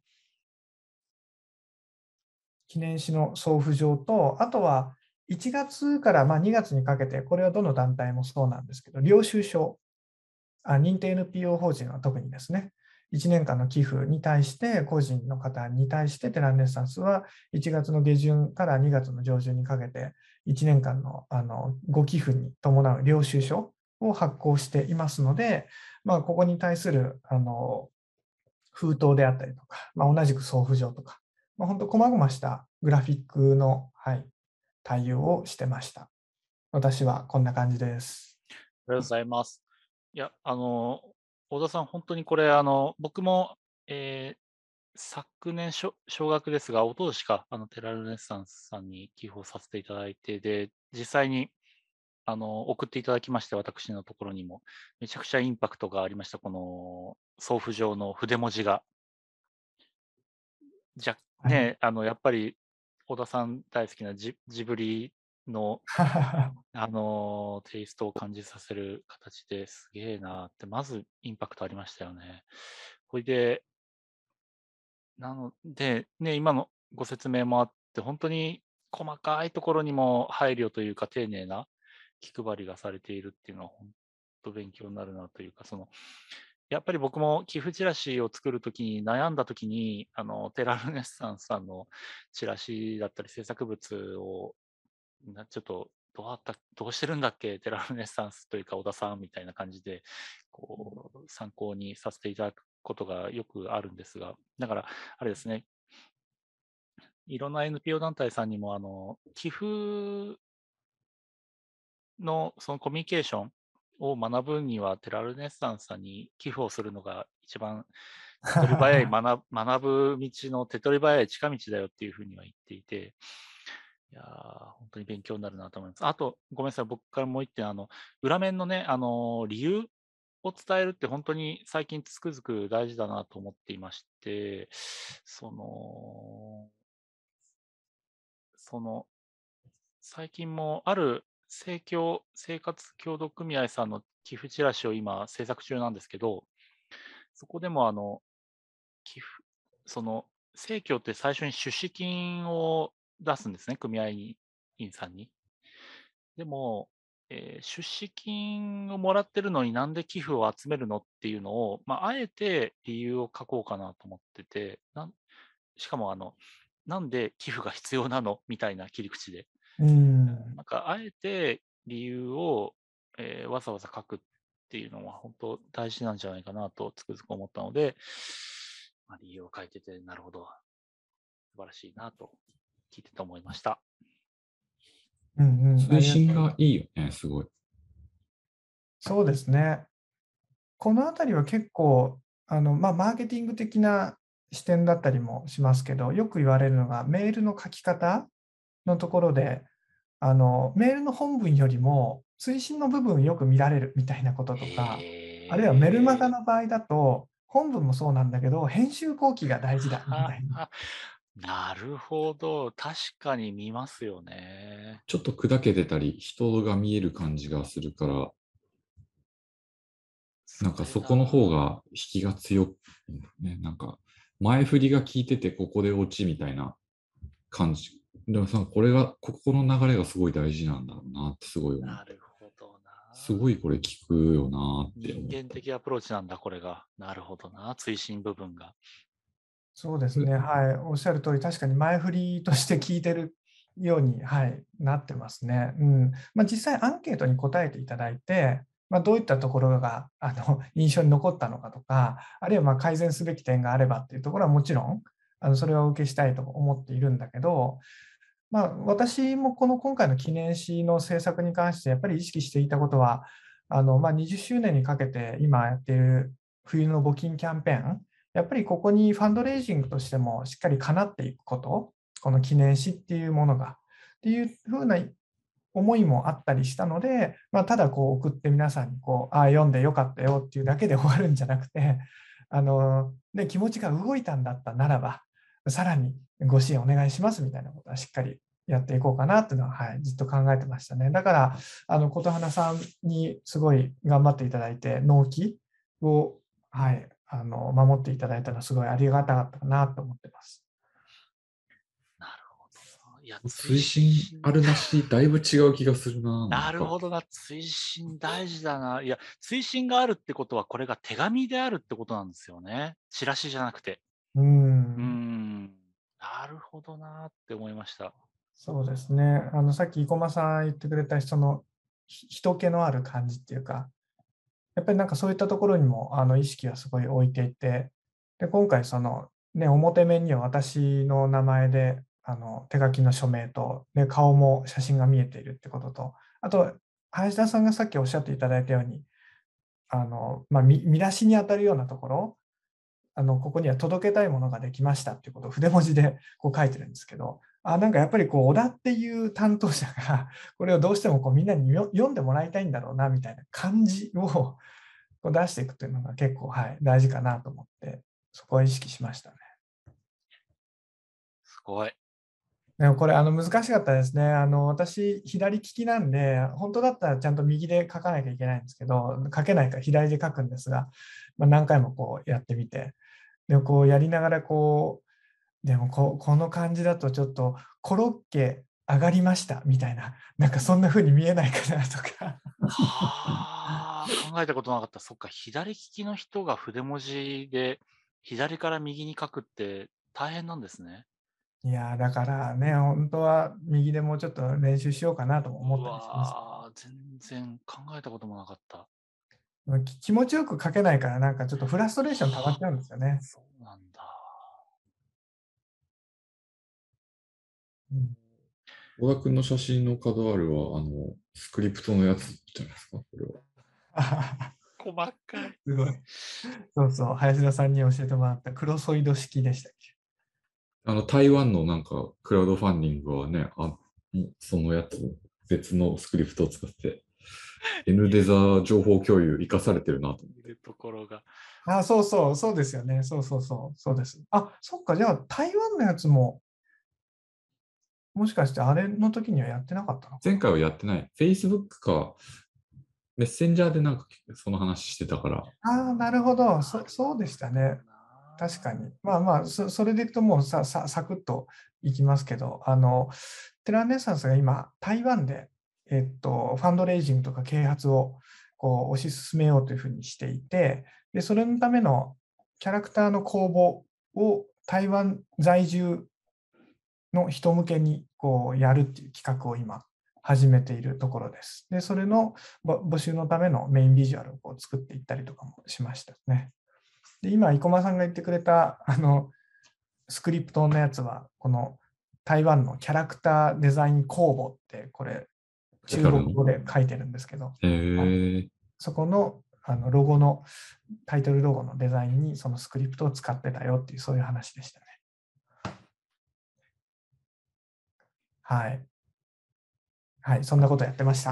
記念誌の送付状と、あとはいちがつからまあにがつにかけて、これはどの団体もそうなんですけど、領収書、あ認定 エヌピーオー 法人は特にですね、いちねんかんの寄付に対して、個人の方に対して、テランネッサンスはいちがつの下旬からにがつの上旬にかけて、いちねんかんのあのご寄付に伴う領収書を発行していますので、まあ、ここに対するあの封筒であったりとか、まあ、同じく送付状とか、まあ、本当、細々したグラフィックの、はい、対応をしてました。私はこんな感じです。 ありがとうございます。いや、あの、小田さん、本当にこれ、あの、僕も、えー昨年しょ、少額ですが、一昨年か、あの、テラルネッサンスさんに寄付をさせていただいて、で、実際に、あの、送っていただきまして、私のところにも、めちゃくちゃインパクトがありました、この送付状の筆文字が。じゃ、 はい、 ね、あの、やっぱり、小田さん大好きなジジブリの、あの、テイストを感じさせる形ですげえなって、まずインパクトありましたよね。ほいで、なので、ね、今のご説明もあって、本当に細かいところにも配慮というか、丁寧な気配りがされているっていうのは、本当勉強になるなというか、その、やっぱり僕も寄付チラシを作るときに悩んだときに、あの、テラルネッサンスさんのチラシだったり制作物を、なちょっと、どうあった、どうしてるんだっけ、テラルネッサンスというか、小田さんみたいな感じで、こう、参考にさせていただくことがよくあるんですが、だから、あれですね、いろんな エヌピーオー 団体さんにも、あの、寄付のそのコミュニケーションを学ぶには、テラルネッサンスさんに寄付をするのが一番手っ取り早い学学ぶ道の手っ取り早い近道だよっていうふうには言っていて、いやー本当に勉強になるなと思います。あと、ごめんなさい、僕からもう一点、あの、裏面のね、あの、理由を伝えるって本当に最近つくづく大事だなと思っていまして、その、その、最近もある生協生活協同組合さんの寄付チラシを今制作中なんですけど、そこでもあの、寄付、その、生協って最初に出資金を出すんですね、組合員さんに。でも、 えー出資金をもらってるのになんで寄付を集めるのっていうのを、まあ、あえて理由を書こうかなと思ってて、なんしかもあの、なんで寄付が必要なのみたいな切り口で、 うん。 なんかあえて理由を、えーわざわざ書くっていうのは本当大事なんじゃないかなとつくづく思ったので、まあ、理由を書いてて、なるほど、素晴らしいなと聞いてて思いました。 うんうん。あ推りがとう。 進がいいよね、すごい。 そうですね。このあたりは結構、あの、まあ、マーケティング的な視点だったりもしますけど、よく言われるのが、メールの書き方のところで、あの、メールの本文よりも、追伸の部分よく見られるみたいなこととか、あるいはメルマガえの場合だと、本文もそうなんだけど、編集後期が大事だみたいな。 ー、なるほど。確かに見ますよね。 ちょっと砕けてたり、人が見える感じがするから、なんかそこの方が引きが強いんだよね。なんか、前振りが効いてて、ここで落ちみたいな感じ。でもさ、これが、ここの流れがすごい大事なんだろうなってすごい思う。 なるほどな。 すごいこれ聞くよなって思人間った。 的アプローチなんだ、これが。なるほどな。追伸部分が。 そうですね。はい。おっしゃる通り、確かに前振りとして聞いてるように、はい、なってますね。うん。まあ、実際アンケートに答えていただいて、まあ、どういったところがあの印象に残ったのかとか、あるいはまあ改善すべき点があればっていうところはもちろん、あのそれはお受けしたいと思っているんだけど、まあ、私もこの今回の記念誌の制作に関してやっぱり意識していたことは、あのまあ、にじゅっしゅうねんにかけて今やっている冬の募金キャンペーン、やっぱりここにファンドレイジングとしてもしっかりかなっていくこと、この記念誌っていうものが、っていうふうな思いもあったりしたので、まあ、ただこう送って皆さんにこう、ああ、読んでよかったよっていうだけで終わるんじゃなくて、あので気持ちが動いたんだったならば、さらにご支援お願いしますみたいなことはしっかりやっていこうかなっていうのは、はい、ずっと考えてましたね。だから、あの琴花さんにすごい頑張っていただいて、納期を、はい、あの守っていただいたのはすごいありがたかったかなと思ってます。 なるほどな。いや、 推進あるなし、だいぶ違う気がするな。 なるほどな。追伸大事だな。いや、追伸があるってことは、これが手紙であるってことなんですよね。チラシじゃなくて。 ううーん。 ん。なるほどなって思いました。 そうですね。あのさっき生駒さん言ってくれたそのひ人気のある感じっていうか、やっぱりなんかそういったところにもあの意識はすごい置いていて、で今回その、ね、表面には私の名前であの手書きの署名と、ね、顔も写真が見えているってことと、あと林田さんがさっきおっしゃっていただいたように、あの、まあ、見見出しに当たるようなところ、あのここには届けたいものができましたっていうことを筆文字でこう書いてるんですけど、あなんかやっぱりこう小田っていう担当者がこれをどうしてもこうみんなに読んでもらいたいんだろうなみたいな感じをこう出していくというのが結構、はい、大事かなと思って、そこは意識しましたね。 すごい。 でもこれあの難しかったですね。あの私、左利きなんで、本当だったらちゃんと右で書かなきゃいけないんですけど、書けないから左で書くんですが、まあ、何回もこうやってみて、でもこうやりながらこう、でもここの感じだとちょっとコロッケ上がりましたみたいな、なんかそんな風に見えないかなとか。 はあ、考えたことなかった。そっか、左利きの人が筆文字で左から右に書くって大変なんですね。 いやーだからね、本当は右でもうちょっと練習しようかなとも思うったりします。 わー、全然考えたこともなかった。 き気持ちよく書けないから、なんかちょっとフラストレーション溜まっちゃうんですよね。 そうなんだ。 うん小田君の写真のカドアルは、あの、スクリプトのやつじゃないですか、これは。 あはは細かい。 すごい。そうそう、林田さんに教えてもらったクロソイド式でしたっけ。 あの、台湾のなんか、クラウドファンディングはね、あ、もうそのやつを別のスクリプトを使って、N デザ情報共有生かされてるなと思って。 いるところが。 あ、そうそう、そうですよね。そうそうそう、そうです。あ、そっか、じゃあ台湾のやつも、もしかしてあれの時にはやってなかったのか。 前回はやってない。Facebook か、メッセンジャーでなんかその話してたから。 ああ、なるほど。そそうでしたね。確かに。まあまあ、そそれでいくともうさ、さ、サクッといきますけど、あの、テラネッサンスが今、台湾でえっと、ファンドレイジングとか啓発をこう推し進めようというふうにしていて、でそれのためのキャラクターの公募を台湾在住の人向けにこうやるっていう企画を今始めているところです。で、それの募集のためのメインビジュアルをこう作っていったりとかもしましたね。で、今、生駒さんが言ってくれたあのスクリプトのやつは、この台湾のキャラクターデザイン公募って、これ、中国語で書いてるんですけど、 へー。 そこのあのロゴの、タイトルロゴのデザインにそのスクリプトを使ってたよっていう、そういう話でしたね。はい。はい、そんなことやってました。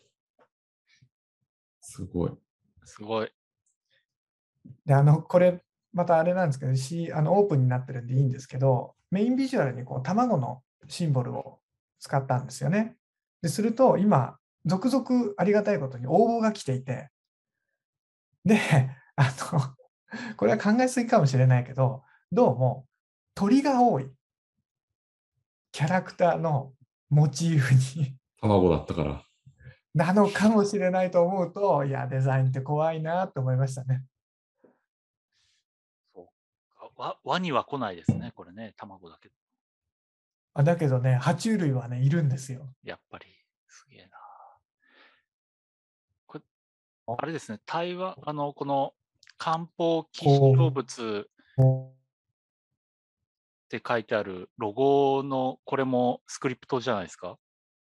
すごい。 すごい。 で、あの、これ、またあれなんですけど、しあのオープンになってるんでいいんですけど、メインビジュアルにこう卵のシンボルを使ったんですよね。ですると、今、続々ありがたいことに応募が来ていて、で、あの、これは考えすぎかもしれないけど、どうも鳥が多いキャラクターのモチーフに卵だったから。 なのかもしれないと思うと、いや、デザインって怖いなと思いましたね。 そうか。わワニは来ないですね、これね、卵だけど。 あだけどね、爬虫類はね、いるんですよ。 やっぱり、すげえな。これ、あれですね、台湾、あの、この漢方希少物って書いてあるロゴの、これもスクリプトじゃないですか？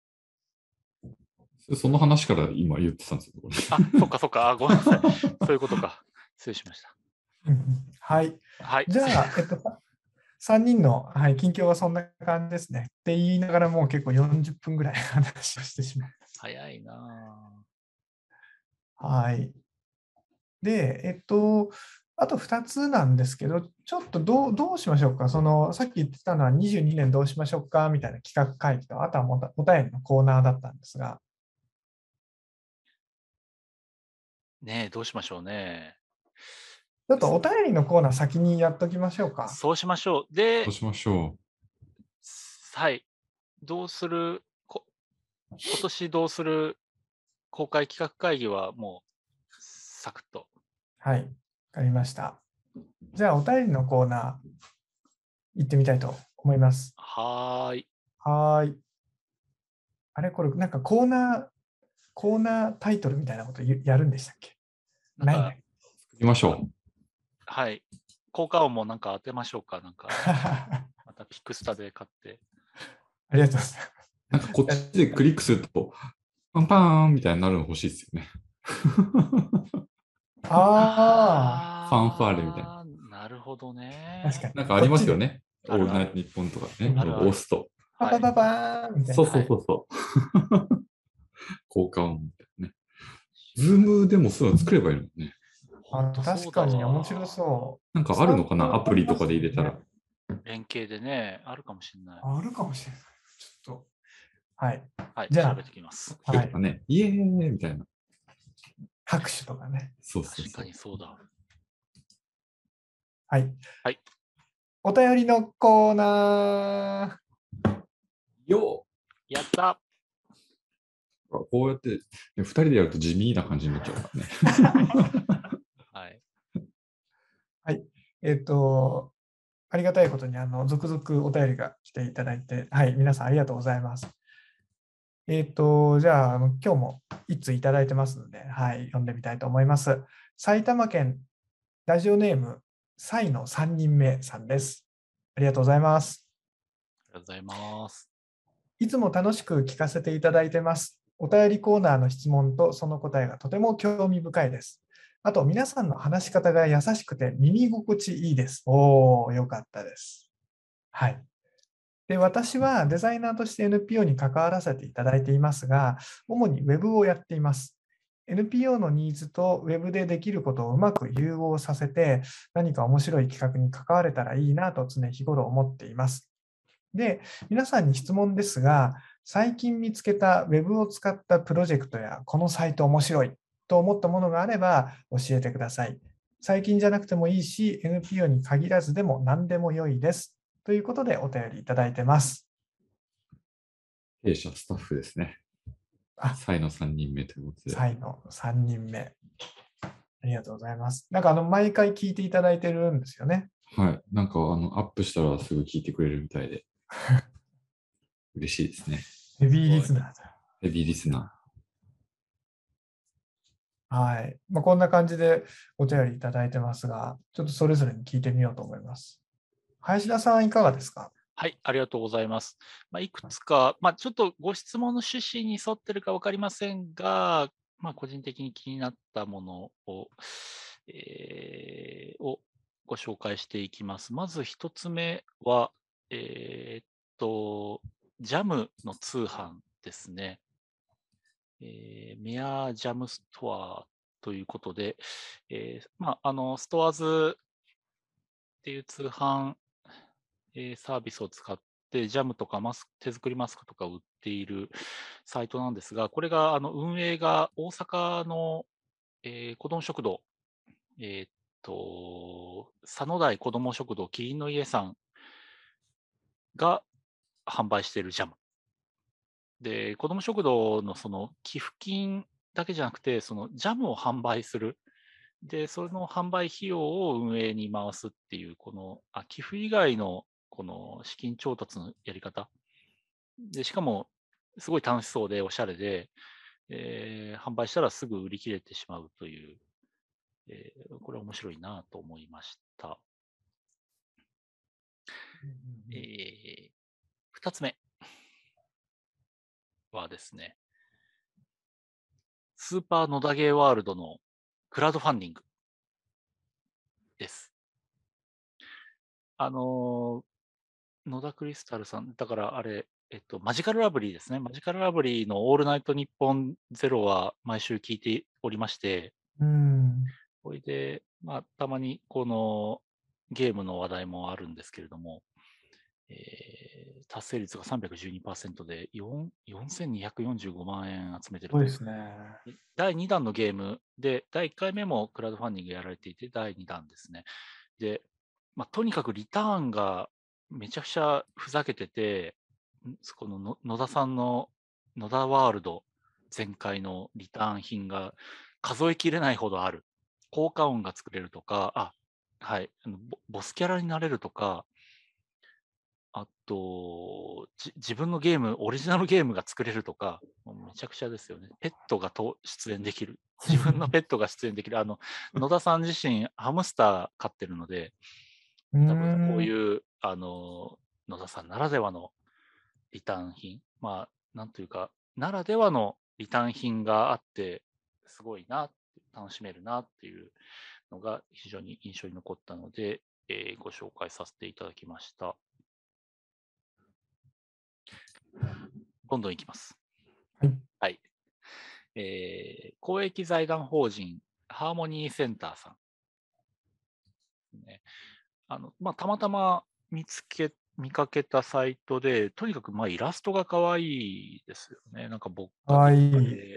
その話から今言ってたんですよ。これあ、そっかそっか、あ、ごめんなさい。そういうことか。失礼しました。 うんはい。 はい。 じゃあ、えっと、さんにんの、はい、近況はそんな感じですね。って言いながらもう結構よんじゅっぷんぐらい話をしてしまう。 早いなぁ。 はい。で、えっと、あとふたつなんですけど、ちょっとどうどうしましょうか。その、さっき言ってたのはにじゅうにねんどうしましょうかみたいな企画会議と、あとはもお便りのコーナーだったんですが。 ねえ、どうしましょうね。 ちょっとお便りのコーナー先にやっときましょうか。 そうしましょう。でそう、しましょはい。どうする、こ今年どうする公開企画会議はもう、サクッと。 はい。わかりました。じゃあ、お便りのコーナー、行ってみたいと思います。 はーい。 はーい。あれ、これ、なんかコーナー、コーナータイトルみたいなことやるんでしたっけ？ なんかないね。 う。行きましょう。 はい。効果音もなんか当てましょうか。なんか、またピクスタで買って。 ありがとうございます。 なんかこっちでクリックすると、パンパーンみたいになるの欲しいですよね。 あファンファーレみたいな。 なるほどね。 あ、確かに。 なんかありますよね。オあるあるールナイトニッポンとかね。 あるある押すと。 パパパパーンみたいな。 そうそうそうそう。効果音みたいなね。ズームでもそういうの作ればいいのね。 あ確かに面白そう。 なんかあるのかな、アプリとかで入れたら。 連携でね、あるかもしれない。 あるかもしれない。ちょっと。はい。 はい、 じゃあ調べてきます。 はいとかね、イエーイみたいな。 拍手とかね。 そうそうそう確かに。そうだ。 はい。 はい。 お便りのコーナー。 よやったっこうやって、ね、ふたりでやると地味な感じになっちゃうからね。 はい。 はい。えっと、ありがたいことに、あの、続々お便りが来ていただいて、はい、皆さんありがとうございます。えっと、じゃあ、あの今日も一通いただいてますので、はい、読んでみたいと思います。埼玉県ラジオネーム、サイのさんにんめさんです。ありがとうございます。 ありがとうございます。 いつも楽しく聞かせていただいてます。お便りコーナーの質問とその答えがとても興味深いです。あと、皆さんの話し方が優しくて耳心地いいです。おー、よかったです。はい。で、私はデザイナーとして エヌピーオー に関わらせていただいていますが、主に Web をやっています。エヌピーオー のニーズと Web でできることをうまく融合させて、何か面白い企画に関われたらいいなと常日頃思っています。で、皆さんに質問ですが、最近見つけた Web を使ったプロジェクトやこのサイト面白いと思ったものがあれば教えてください。最近じゃなくてもいいし、エヌピーオー に限らずでも何でも良いです。ということでお便りいただいてます。 弊社スタッフですね。 あ、 サイのさんにんめということで。 サイのさんにんめ。ありがとうございます。なんかあの、毎回聞いていただいてるんですよね。 はい。なんか、あの、アップしたらすぐ聞いてくれるみたいで、嬉しいですね。 ヘビーリスナーだ。 ヘビーリスナはい。まあ、こんな感じでお便りいただいてますが、ちょっとそれぞれに聞いてみようと思います。林田さん、いかがですか？ はい、ありがとうございます。まあ、いくつか、まあ、ちょっとご質問の趣旨に沿ってるか分かりませんが、まあ、個人的に気になったものを、えーをご紹介していきます。まず一つ目は、えーっと、ジャムの通販ですね。えーメアジャムストアということで、えーまあ、あの、ストアーズっていう通販えーサービスを使って、ジャムとかマスク手作りマスクとかを売っているサイトなんですが、これがあの運営が大阪の、えー子ども食堂、えーっと、佐野台子ども食堂キリンの家さんが販売しているジャム。で、子ども食堂のその寄付金だけじゃなくて、そのジャムを販売する。で、その販売費用を運営に回すっていう、この、あ、寄付以外のこの資金調達のやり方。で、しかも、すごい楽しそうで、おしゃれで、えー販売したらすぐ売り切れてしまうという、えーこれは面白いなと思いました。えー、二つ目はですね、スーパー野田ゲーワールドのクラウドファンディングです。あのー野田クリスタルさん、だからあれ、えっと、マジカルラブリーですね。マジカルラブリーのオールナイトニッポンゼロは毎週聞いておりまして、 うん。 それで、まあ、たまにこのゲームの話題もあるんですけれども、えー達成率がさんびゃくじゅうにパーセントでよんせんにひゃくよんじゅうごまん円集めてると。 そうですね。 だいにだんのゲームで、だいいっかいめもクラウドファンディングやられていて、だいにだんですね。で、まあ、とにかくリターンがめちゃくちゃふざけてて、んこのの野田さんの野田ワールド全開のリターン品が数えきれないほどある。効果音が作れるとか、あ、はい、あのボボスキャラになれるとか、あと、じ自分のゲーム、オリジナルゲームが作れるとか、もうめちゃくちゃですよね。ペットがと出演できる。自分のペットが出演できる。あの、野田さん自身、ハムスター飼ってるので、 う多分こうん。 いう、あの、野田さんならではのリターン品、まあ、なんというか、ならではのリターン品があって、すごいな、楽しめるなっていうのが非常に印象に残ったので、えーご紹介させていただきました。どんどんいきます。 はい。 はい。えー公益財団法人ハーモニーセンターさん。ね、あのまあ、たまたま見つけ、見かけたサイトで、とにかくまあイラストが可愛いですよね。なんかぼっかわかけいい。 で、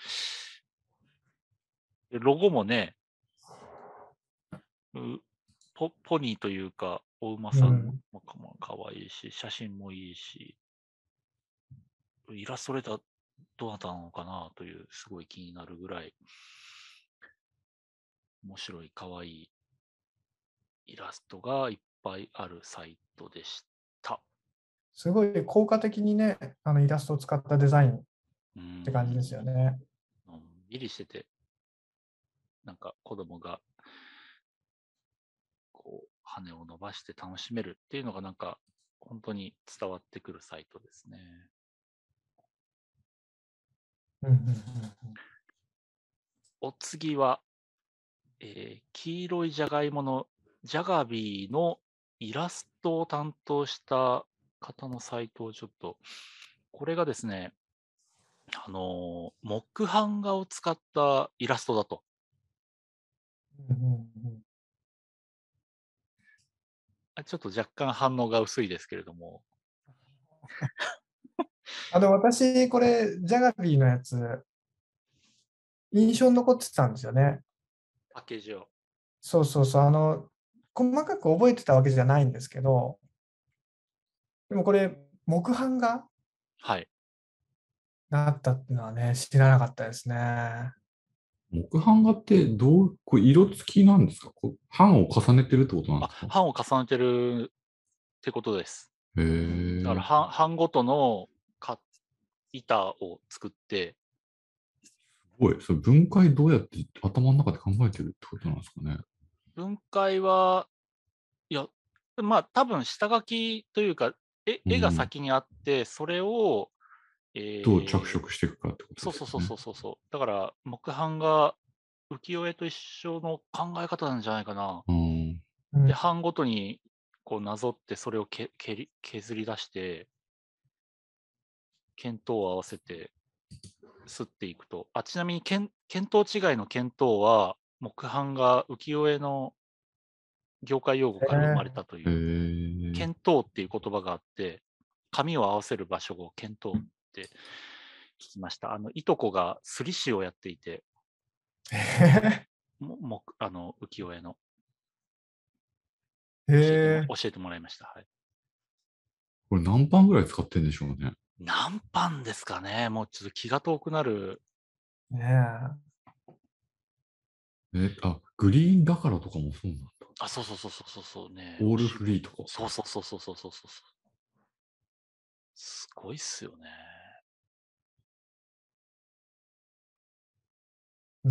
でロゴもね、うポポニーというか、お馬さんうん。 もかも可愛いし、写真もいいし、イラストレーターどなたなのかなという、すごい気になるぐらい、面白い、可愛いイラストがいっぱいあるサイトでした。 すごい効果的にね、あのイラストを使ったデザインっうて感じですよね。 ん、のんびりしてて、なんか子供がこう羽を伸ばして楽しめるっていうのがなんか本当に伝わってくるサイトですね。 うんうんうんお次は、えー黄色いじゃがいものジャガビーのイラストを担当した方のサイトをちょっと、これがですね、あのー木版画を使ったイラストだと。 うんうんうんあちょっと若干反応が薄いですけれども、 あの私、これ、ジャガビーのやつ、印象に残ってたんですよね。 パッケージを。 そうそうそう。あの、細かく覚えてたわけじゃないんですけど、でもこれ、木版画はい。 なったっていうのはね、知らなかったですね。 木版画ってどう、こう色付きなんですか？こう版を重ねてるってことなんあ、 ですか？ 版を重ねてるってことです。 へだからえ。 版版ごとのか板を作って、 すごい。それ分解どうやって頭の中で考えてるってことなんですかね。 分解は、いや、まあ多分下書きというか、絵絵がうん。 先にあって、それを、 どう着えー色していくかってことそうそうそうですよね。 そうそうそう。だから、木版が浮世絵と一緒の考え方なんじゃないかな。 うん。 で、 うん、 版ごとにこうなぞって、それをけけり削り出して、見当を合わせて刷っていくと。あ、ちなみに見見当違いの見当は、木版が浮世絵の業界用語へから生まれたとへいう、 え。 見当っていう言葉があって、紙を合わせる場所を見当って聞きました。あの、いとこが刷り師をやっていて、 え。 ももあの浮世絵のへ教えてもえ。 教えてもらいました。はい。 これ何版ぐらい使ってんでしょうね。 何版ですかね。もうちょっと気が遠くなる。 ねえ。 え、あ、グリーンだからとかもそうなんだ。 あ、そうそうそうそうそうそうね。 オールお渋い。 フリーとか。 そうそうそうそうそうそうそう。すごいっすよね。 うん。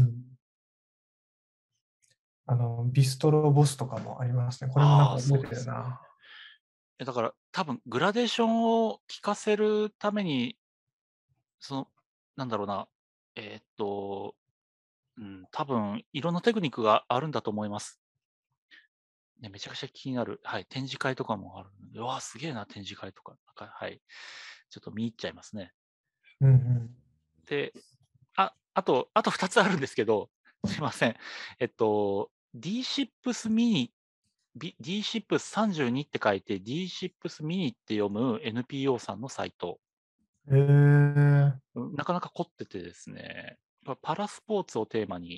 あの、ビストロボスとかもありますね。これもなんああ、 か覚えてそうですね。 るな。 えだから多分グラデーションを効かせるために、その、なんだろうな、えーっと、うん、多分いろんなテクニックがあるんだと思います。ね、めちゃくちゃ気になる。はい。展示会とかもあるので、うわあ、すげえな、展示会とか。なんか、はい。ちょっと見入っちゃいますね。 うんうん。 で、あ、あと、あとふたつあるんですけど、すいません。えっと、D シップスミニ、ビ D シップスさんじゅうにって書いて D シップスミニって読む エヌピーオー さんのサイト。 へえ。 うんなかなか凝っててですね、パパラスポーツをテーマに、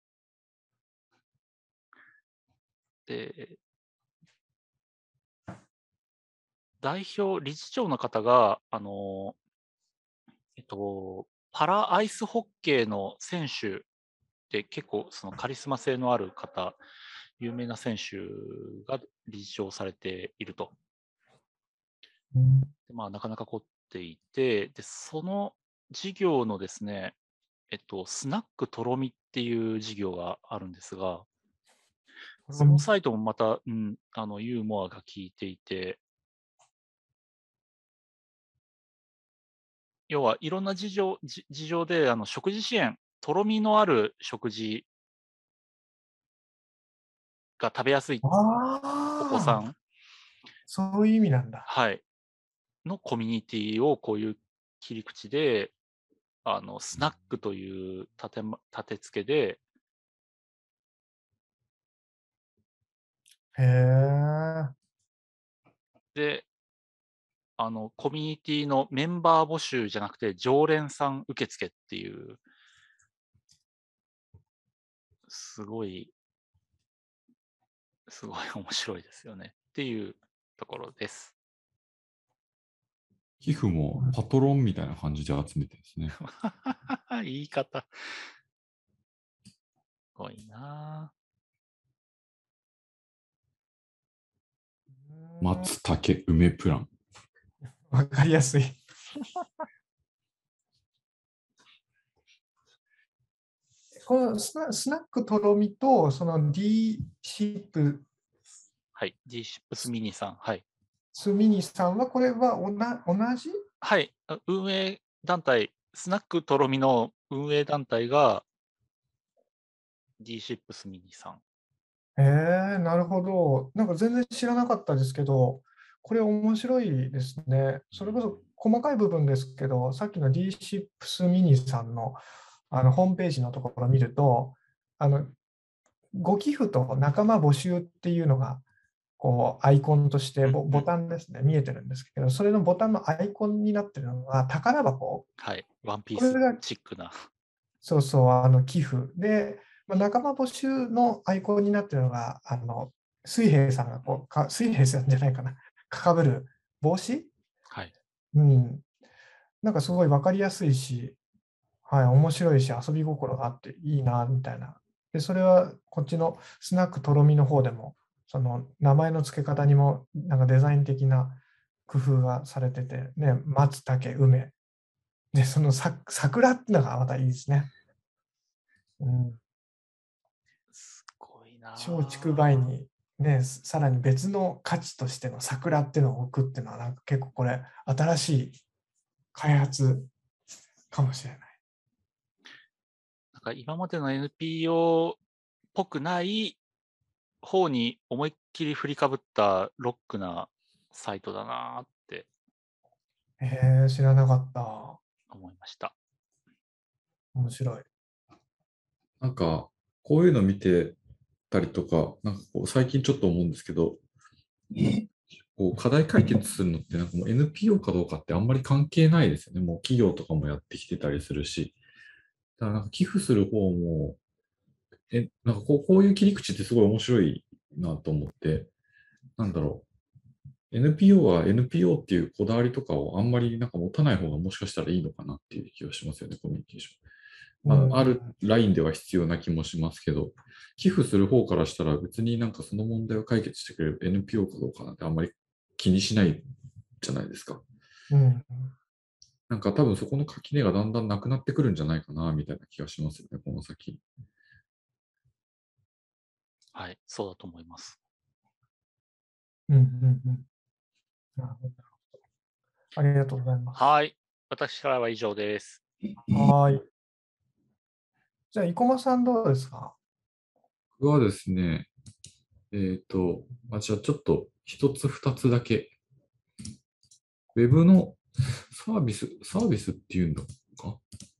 で、代表、理事長の方が、あの、えっと、パラアイスホッケーの選手で結構そのカリスマ性のある方、有名な選手が理事長をされていると。 うん。 でまあ、なかなか凝っていて、で、その事業のですね、えっと、スナックとろみっていう事業があるんですが、そのサイトもまた、うん、あの、ユーモアが効いていて、要はいろんな事情、じ事情で、あの、食事支援、とろみのある食事が食べやすいお子さああ、 ん、 そういう意味なんだ。 はい、のコミュニティをこういう切り口で、あの、スナックという立てま立て付けで、 へえ。 で、あの、コミュニティのメンバー募集じゃなくて、常連さん受付っていう、すごい、すごい面白いですよね。っていうところです。 寄付もパトロンみたいな感じで集めてるんですね。 言い方。すごいな松竹梅プラン。 わかりやすい。このスナスナックとろみと、その D シップはい。D シップスミニさん。はい。 スミニさんは、これはおな同じ。 はい。あ運営団体、スナックとろみの運営団体が D シップスミニさん。 へえ、なるほど。なんか全然知らなかったですけど、これ面白いですね。それこそ細かい部分ですけど、さっきの D シップスミニさんの、あのホームページのところを見ると、あのご寄付と仲間募集っていうのがこうアイコンとしてボボタンですね、見えてるんですけど、それのボタンのアイコンになってるのが宝箱。 はい。ワンピースこれがチックな。 そうそう、あの寄付で、まあ、仲間募集のアイコンになっているのが、あの水平さんがこうか、水平さんじゃないかな、かかぶる帽子、 はい。 うん、 なんかすごい分かりやすいし、はい、面白いし、遊び心があっていいな、みたいな。で、それはこっちのスナックとろみの方でも、その名前の付け方にも、なんかデザイン的な工夫がされてて、ね、松茸、梅。で、そのさ桜っていうのがまたいいですね。うん、 すごいな松竹梅に、ね、さらに別の価値としての桜っていうのを置くっていうのは、なんか結構これ、新しい開発かもしれない。 なんか今までの エヌピーオー っぽくない方に思いっきり振りかぶったロックなサイトだなーってえー、知らなかった。 思いました。 面白い。 なんか、こういうの見てたりとか、なんかこう最近ちょっと思うんですけど、こう課題解決するのってなんかもう エヌピーオー かどうかってあんまり関係ないですよね。もう企業とかもやってきてたりするし。だからなんか寄付する方も、え、なんかこう、こういう切り口ってすごい面白いなと思って、なんだろう。エヌピーオー は エヌピーオー っていうこだわりとかをあんまりなんか持たない方がもしかしたらいいのかなっていう気がしますよね、コミュニケーション。まあ、あうん、 るラインでは必要な気もしますけど、寄付する方からしたら別になんかその問題を解決してくれる エヌピーオー かどうかなんてあんまり気にしないじゃないですか。 うん、 なんか多分そこの垣根がだんだんなくなってくるんじゃないかな、みたいな気がしますよね、この先。 はい、そうだと思います。 うん、うん、うん。なるほど。ありがとうございます。 はい、私からは以上です。 はーい。じゃあ、生駒さんどうですか？ 僕はですね、えっと、あ、じゃあちょっと一つ二つだけ、ウェブのサービス、サービスっていうんだか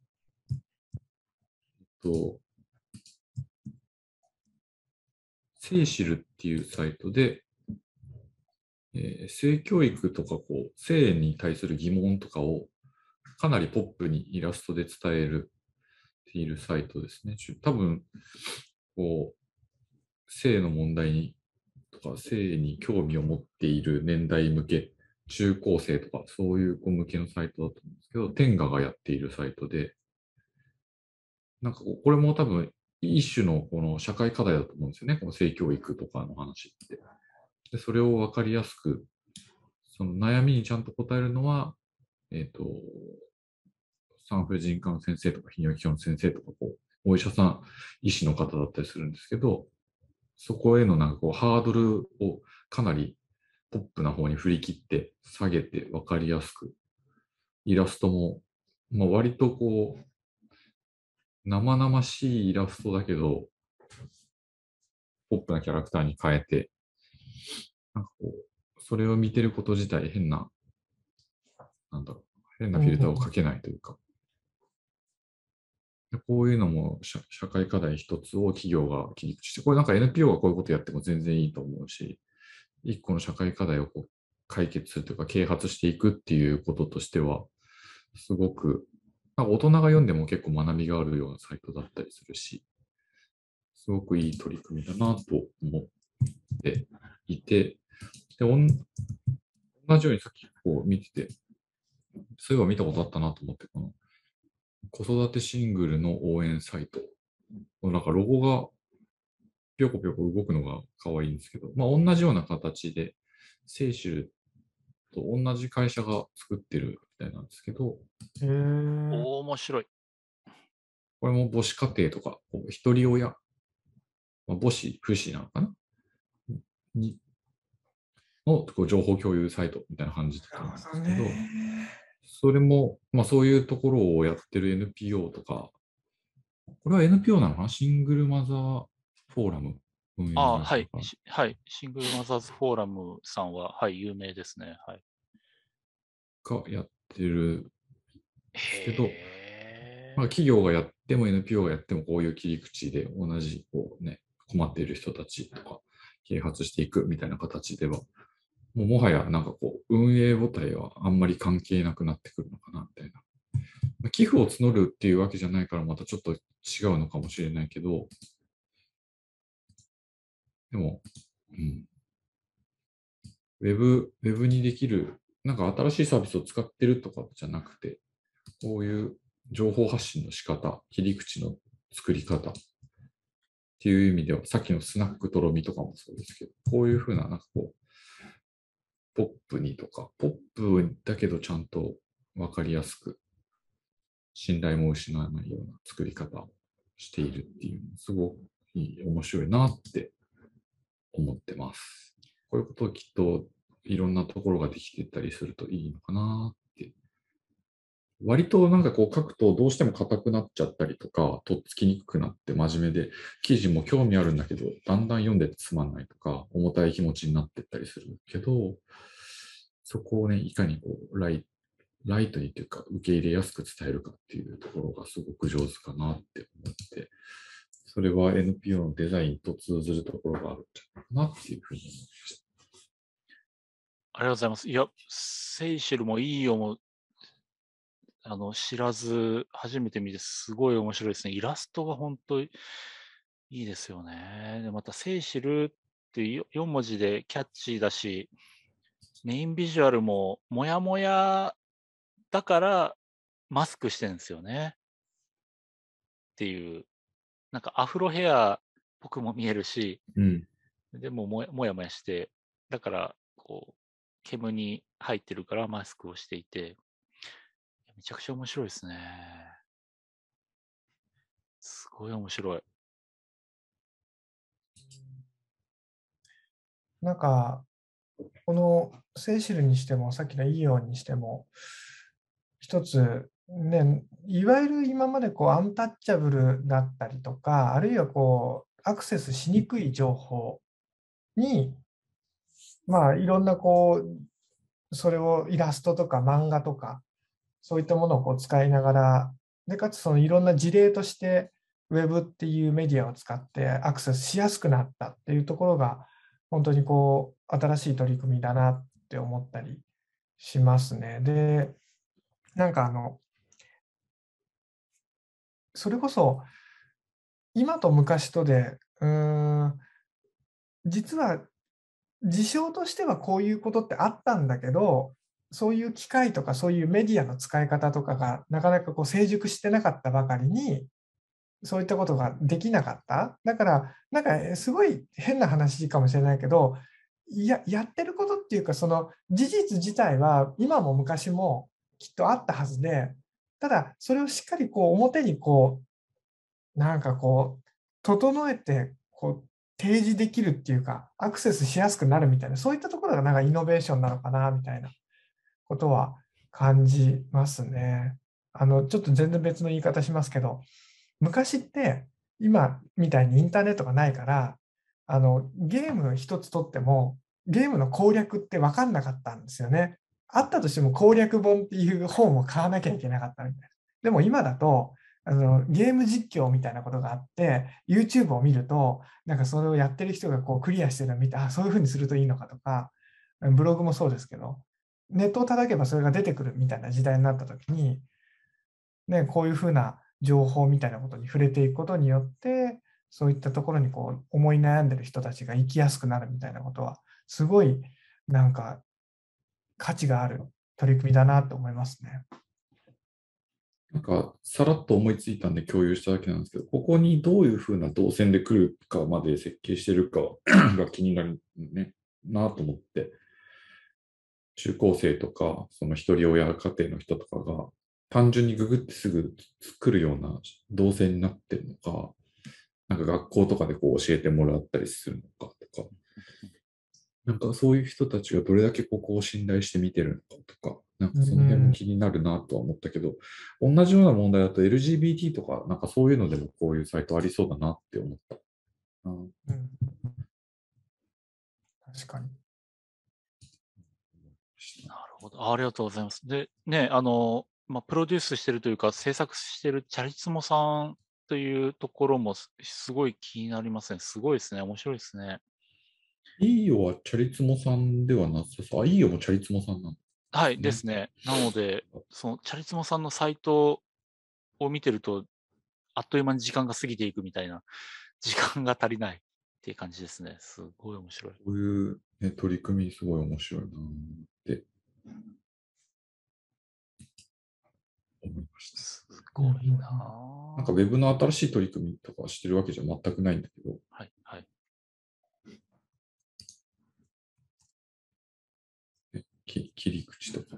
と、セイシルっていうサイトで、えー性教育とかこう、性に対する疑問とかをかなりポップにイラストで伝えるっていうサイトですね。ちゅ多分、こう、性の問題にとか、性に興味を持っている年代向け、中高生とか、そういう子向けのサイトだと思うんですけど、天下がやっているサイトで、なんかこうこれも多分、一種のこの社会課題だと思うんですよね。この性教育とかの話って。で、それをわかりやすく、その悩みにちゃんと答えるのは、えっと、産婦人科の先生とか泌尿器科の先生とか、こう、お医者さん、医師の方だったりするんですけど、そこへのなんかこう、ハードルをかなりポップな方に振り切って下げて分かりやすく、イラストも、まあ、割とこう、生々しいイラストだけど、ポップなキャラクターに変えて、なんかこう、それを見てること自体変な、なんだろう、変なフィルターをかけないというか、こういうのも社社会課題一つを企業が切り口して、これなんか エヌピーオー がこういうことやっても全然いいと思うし、一個の社会課題をこう解決するというか、啓発していくっていうこととしては、すごく、なんか大人が読んでも結構学びがあるようなサイトだったりするし、すごくいい取り組みだなと思っていて、で、おん同じようにさっきこう見てて、そういえば見たことあったなと思って、この子育てシングルの応援サイト。このなんかロゴがぴょこぴょこ動くのが可愛いんですけど、まあ同じような形で、セイシルと同じ会社が作ってるみたいなんですけど、 へー。 おー面白い。 これも母子家庭とか、こう一人親、まあ、母子、父子なのかなにのこう情報共有サイトみたいな感じだとなる思うんでほどすけど、 ね。 それも、まあそういうところをやってる エヌピーオー とか、これは エヌピーオー なのかなシングルマザーフォーラム運営ああ、はい、 会社だから。 しはい。シングルマザーズフォーラムさんは、はい、有名ですね。はい。 がやってるんですけど、まあ、 へ企業がやっても エヌピーオー がやってもこういう切り口で同じこう、ね、困っている人たちとか啓発していくみたいな形では、もうもはやなんかこう運営母体はあんまり関係なくなってくるのかなみたいな。まあ寄付を募るっていうわけじゃないからまたちょっと違うのかもしれないけど、でも、うん、ウェブ、ウェブにできる、なんか新しいサービスを使ってるとかじゃなくて、 こういう情報発信の仕方、切り口の作り方っていう意味では、さっきのスナックとろみとかもそうですけど、こういうふうな、なんかこう、ポップにとか、ポップだけどちゃんとわかりやすく、信頼も失わないような作り方をしているっていうの、すごくいい、面白いなって思ってます。こういうことをきっといろんなところができていったりするといいのかなって。割となんかこう書くとどうしても硬くなっちゃったりとか、とっつきにくくなって真面目で、記事も興味あるんだけど、だんだん読んでてつまんないとか、重たい気持ちになってったりするけど、そこをね、いかにこうライライトにというか、受け入れやすく伝えるかっていうところがすごく上手かなって思って、それは エヌピーオー のデザインと通ずるところがあるんじゃないかなっていうふうに思いました。 ありがとうございます。いや、セイシェルもいいよも、あの、知らず、初めて見て、すごい面白いですね。イラストが本当にいいですよね。で、また、セイシェルってよよん文字でキャッチーだし、メインビジュアルも、もやもやだからマスクしてるんですよね。っていう、なんかアフロヘアっぽくも見えるし、 うん。 でももやもやもやして、だから、こう、煙に入ってるからマスクをしていて、めちゃくちゃ面白いですね。すごい面白い。 なんか、このセイシルにしても、さっきのイーオンにしても、一つ、ね、いわゆる今までこうアンタッチャブルだったりとか、あるいはこうアクセスしにくい情報に、まあ、いろんなこう、それをイラストとか漫画とか、そういったものをこう使いながら、で、かつそのいろんな事例として、ウェブっていうメディアを使ってアクセスしやすくなったっていうところが、本当にこう、新しい取り組みだなって思ったりしますね。で、なんかあの、それこそ、今と昔とで、うーん、実は事象としてはこういうことってあったんだけど、そういう機械とかそういうメディアの使い方とかがなかなかこう成熟してなかったばかりに、そういったことができなかった。だから、なんか、え、すごい変な話かもしれないけど、ややってることっていうか、その事実自体は今も昔もきっとあったはずで、ただそれをしっかりこう表にこう、なんかこう、整えて、こう提示できるっていうか、アクセスしやすくなるみたいな、そういったところがなんかイノベーションなのかなみたいなことは感じますね。あの、ちょっと全然別の言い方しますけど、昔って今みたいにインターネットがないから、あの、ゲーム一つとっても、ゲームの攻略って分かんなかったんですよね。あったとしても攻略本っていう本を買わなきゃいけなかったみたいな。でも今だと、あの、ゲーム実況みたいなことがあって、YouTube を見ると、なんかそれをやってる人がこうクリアしてるのを見て、あ、そういう風にするといいのかとか、ブログもそうですけど、ネットを叩けばそれが出てくるみたいな時代になった時に、ね、こういうふうな情報みたいなことに触れていくことによって、そういったところにこう思い悩んでる人たちが生きやすくなるみたいなことは、すごいなんか価値がある取り組みだなと思いますね。 なんか、さらっと思いついたんで共有しただけなんですけど、ここにどういうふうな動線で来るかまで設計してるかが気になるね、なと思って、中高生とか、その一人親家庭の人とかが、単純にググってすぐ作るような動線になってるのか、なんか学校とかでこう教えてもらったりするのかとか、なんかそういう人たちがどれだけここを信頼して見てるのかとか、なんかその辺も気になるなとは思ったけど、同じような問題だと エルジービーティー とか、なんかそういうのでもこういうサイトありそうだなって思った。うん、 うん、確かに。 なるほど。ありがとうございます。で、ね、あの、まあ、プロデュースしてるというか、制作してるチャリツモさんというところもすすごい気になりますね。すごいですね。面白いですね。 イーオはチャリツモさんではなさそう。あ、イーオもチャリツモさんなんではい、 すね。 ですね。なので、そのチャリツモさんのサイトを見てると、あっという間に時間が過ぎていくみたいな、時間が足りないっていう感じですね。すごい面白い。 こういう、ね、取り組みすごい面白いなって。 思いました。 すごいなぁ。 なんかウェブの新しい取り組みとかしてるわけじゃ全くないんだけど、 はいはい。 ねき切り口とか。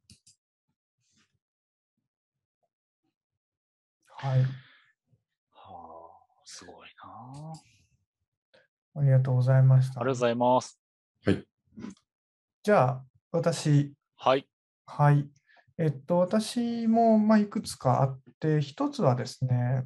はい。 はあ、すごいなぁ。 ありがとうございました。 ありがとうございます。 はい。 じゃあ、私、 はい。 はい。えっと、私も、まあ、いくつかあって、一つはですね、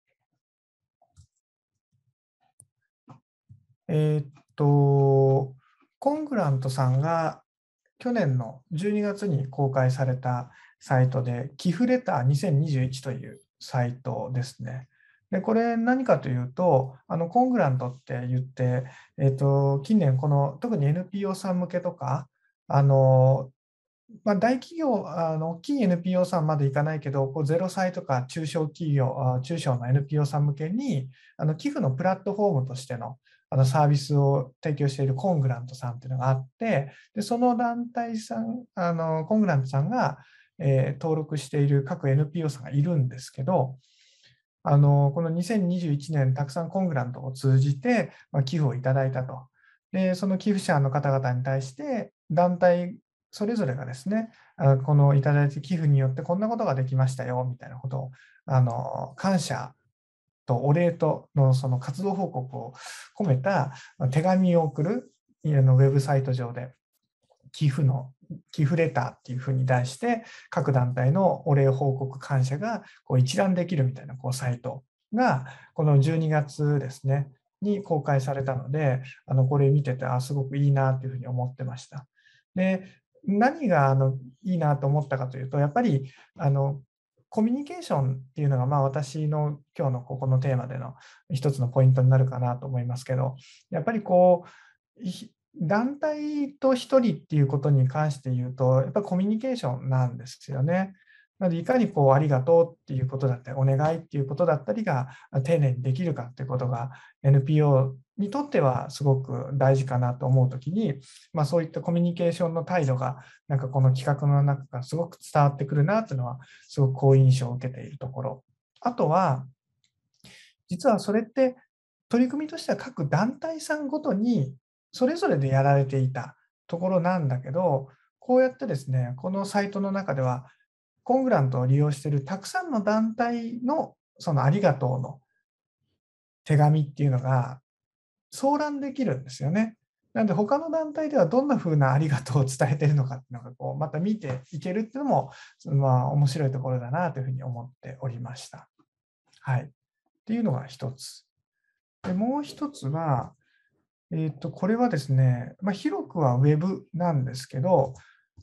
えっと、コングラントさんが去年のじゅうにがつに公開されたサイトで、寄付レターにせんにじゅういちというサイトですね。で、これ何かというと、あのコングラントって言って、えっと、近年この特に エヌピーオー さん向けとか、あの、まあ、大企業、あの大きい エヌピーオー さんまでいかないけど、こうゼロサイとか中小企業、あ中小の エヌピーオー さん向けに、あの寄付のプラットフォームとしてのあのサービスを提供しているコングラントさんっていうのがあって、でその団体さん、あのコングラントさんが、えー登録している各 エヌピーオー さんがいるんですけど、あのこのにせんにじゅういちねん、たくさんコングラントを通じて、まあ、寄付をいただいたと。で、その寄付者の方々に対して、団体それぞれがですね、あこのいただいた寄付によってこんなことができましたよみたいなことを、あの感謝とお礼とのその活動報告を込めた手紙を送るあのウェブサイト上で、寄付の寄付レターっていうふうに題して、各団体のお礼報告感謝がこう一覧できるみたいなこうサイトが、このじゅうにがつですね、に公開されたので、あのこれ見てて、あ、すごくいいなというふうに思ってました。で、何があのいいなと思ったかというと、やっぱりあのコミュニケーションっていうのが、まあ、私の今日のここのテーマでの一つのポイントになるかなと思いますけど、やっぱりこう、団体と一人っていうことに関して言うと、やっぱりコミュニケーションなんですよね。なので、いかにこうありがとうっていうことだったり、お願いっていうことだったりが丁寧にできるかっていうことが エヌピーオー にとってはすごく大事かなと思うときに、まあ、そういったコミュニケーションの態度が、なんかこの企画の中からすごく伝わってくるなというのは、すごく好印象を受けているところ。あとは、実はそれって取り組みとしては各団体さんごとにそれぞれでやられていたところなんだけど、こうやってですね、このサイトの中では、コングラントを利用しているたくさんの団体のそのありがとうの手紙っていうのが総覧できるんですよね。なので、他の団体ではどんな風なありがとうを伝えているのかっていうのがこうまた見ていけるっていうのも、まあ、面白いところだなというふうに思っておりました。はい。っていうのが一つ。でもう一つは、えー、とこれはですね、まあ、広くは Web なんですけど、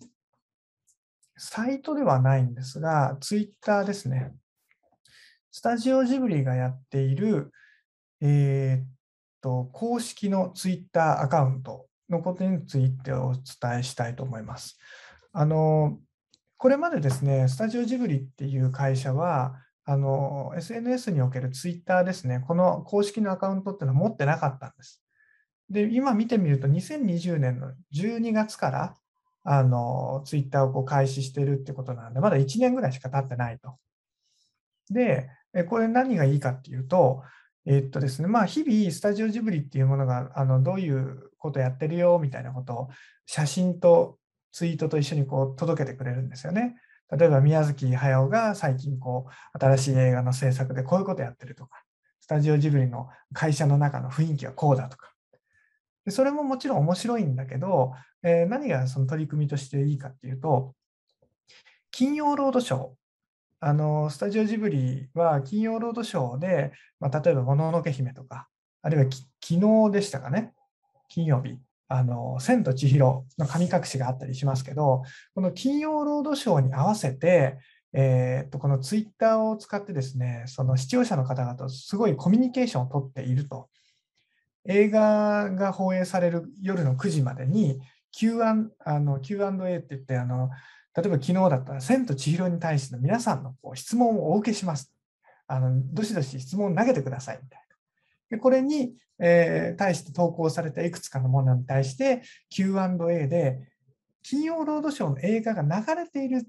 サイトではないんですが、Twitter ですね。スタジオジブリがやっている、えー、と公式の Twitter アカウントのことについてお伝えしたいと思います。あのこれまでですね、スタジオジブリっていう会社は、あの エスエヌエス における Twitter ですね、この公式のアカウントっていうのは持ってなかったんです。で、今見てみると、にせんにじゅうねんのじゅうにがつからあのツイッターをこう開始しているってことなんで、まだいちねんぐらいしか経ってないと。で、これ何がいいかっていうと、えっとですね、まあ、日々、スタジオジブリっていうものがあのどういうことやってるよみたいなことを、写真とツイートと一緒にこう届けてくれるんですよね。例えば、宮崎駿が最近こう、新しい映画の制作でこういうことやってるとか、スタジオジブリの会社の中の雰囲気はこうだとか。でそれももちろん面白いんだけど、えー何がその取り組みとしていいかっていうと、金曜ロードショー、あのスタジオジブリは金曜ロードショーで、まあ、例えば、もののけ姫とか、あるいはき昨日でしたかね、金曜日、あの千と千尋の神隠しがあったりしますけど、この金曜ロードショーに合わせて、えー、とこのツイッターを使ってですね、その視聴者の方々とすごいコミュニケーションを取っていると。映画が放映される夜のくじまでに キューアンドエー あの キューアンドエー って言って、あの例えば昨日だったら千と千尋に対しての皆さんのこう質問をお受けします。あのどしどし質問を投げてくださいみたいな。でこれに、えー対して投稿されたいくつかのものに対して キューアンドエー で金曜ロードショーの映画が流れている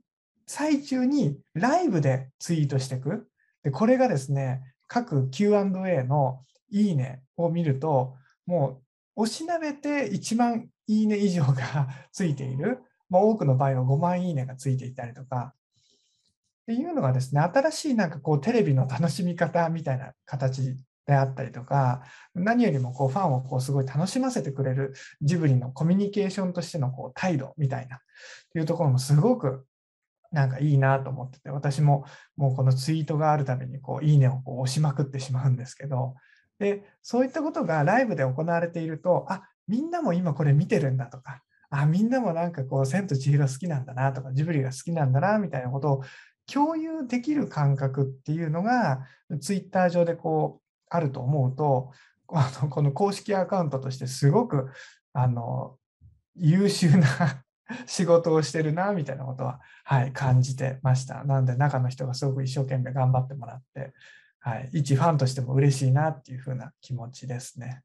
最中にライブでツイートしていく。で、これがですね、各 キューアンドエー のいいねを見ると、もう押しなべていちまんいいね以上がついている。まあ、多くの場合はごまんいいねがついていたりとか、っていうのがですね、新しいなんかこうテレビの楽しみ方みたいな形であったりとか、何よりもこうファンをこうすごい楽しませてくれるジブリのコミュニケーションとしてのこう態度みたいなっていうところもすごくなんかいいなと思ってて、私ももうこのツイートがあるためにこういいねをこう押しまくってしまうんですけど、で、そういったことがライブで行われていると、あ、みんなも今これ見てるんだとか、あ、みんなもなんかこう千と千尋好きなんだなとか、ジブリが好きなんだなみたいなことを共有できる感覚っていうのがツイッター上でこうあると思うと、あのこの公式アカウントとしてすごくあの優秀な仕事をしてるなみたいなことは、はい、感じてました。なので中の人がすごく一生懸命頑張ってもらって、はい、一ファンとしても嬉しいなっていうふうな気持ちですね。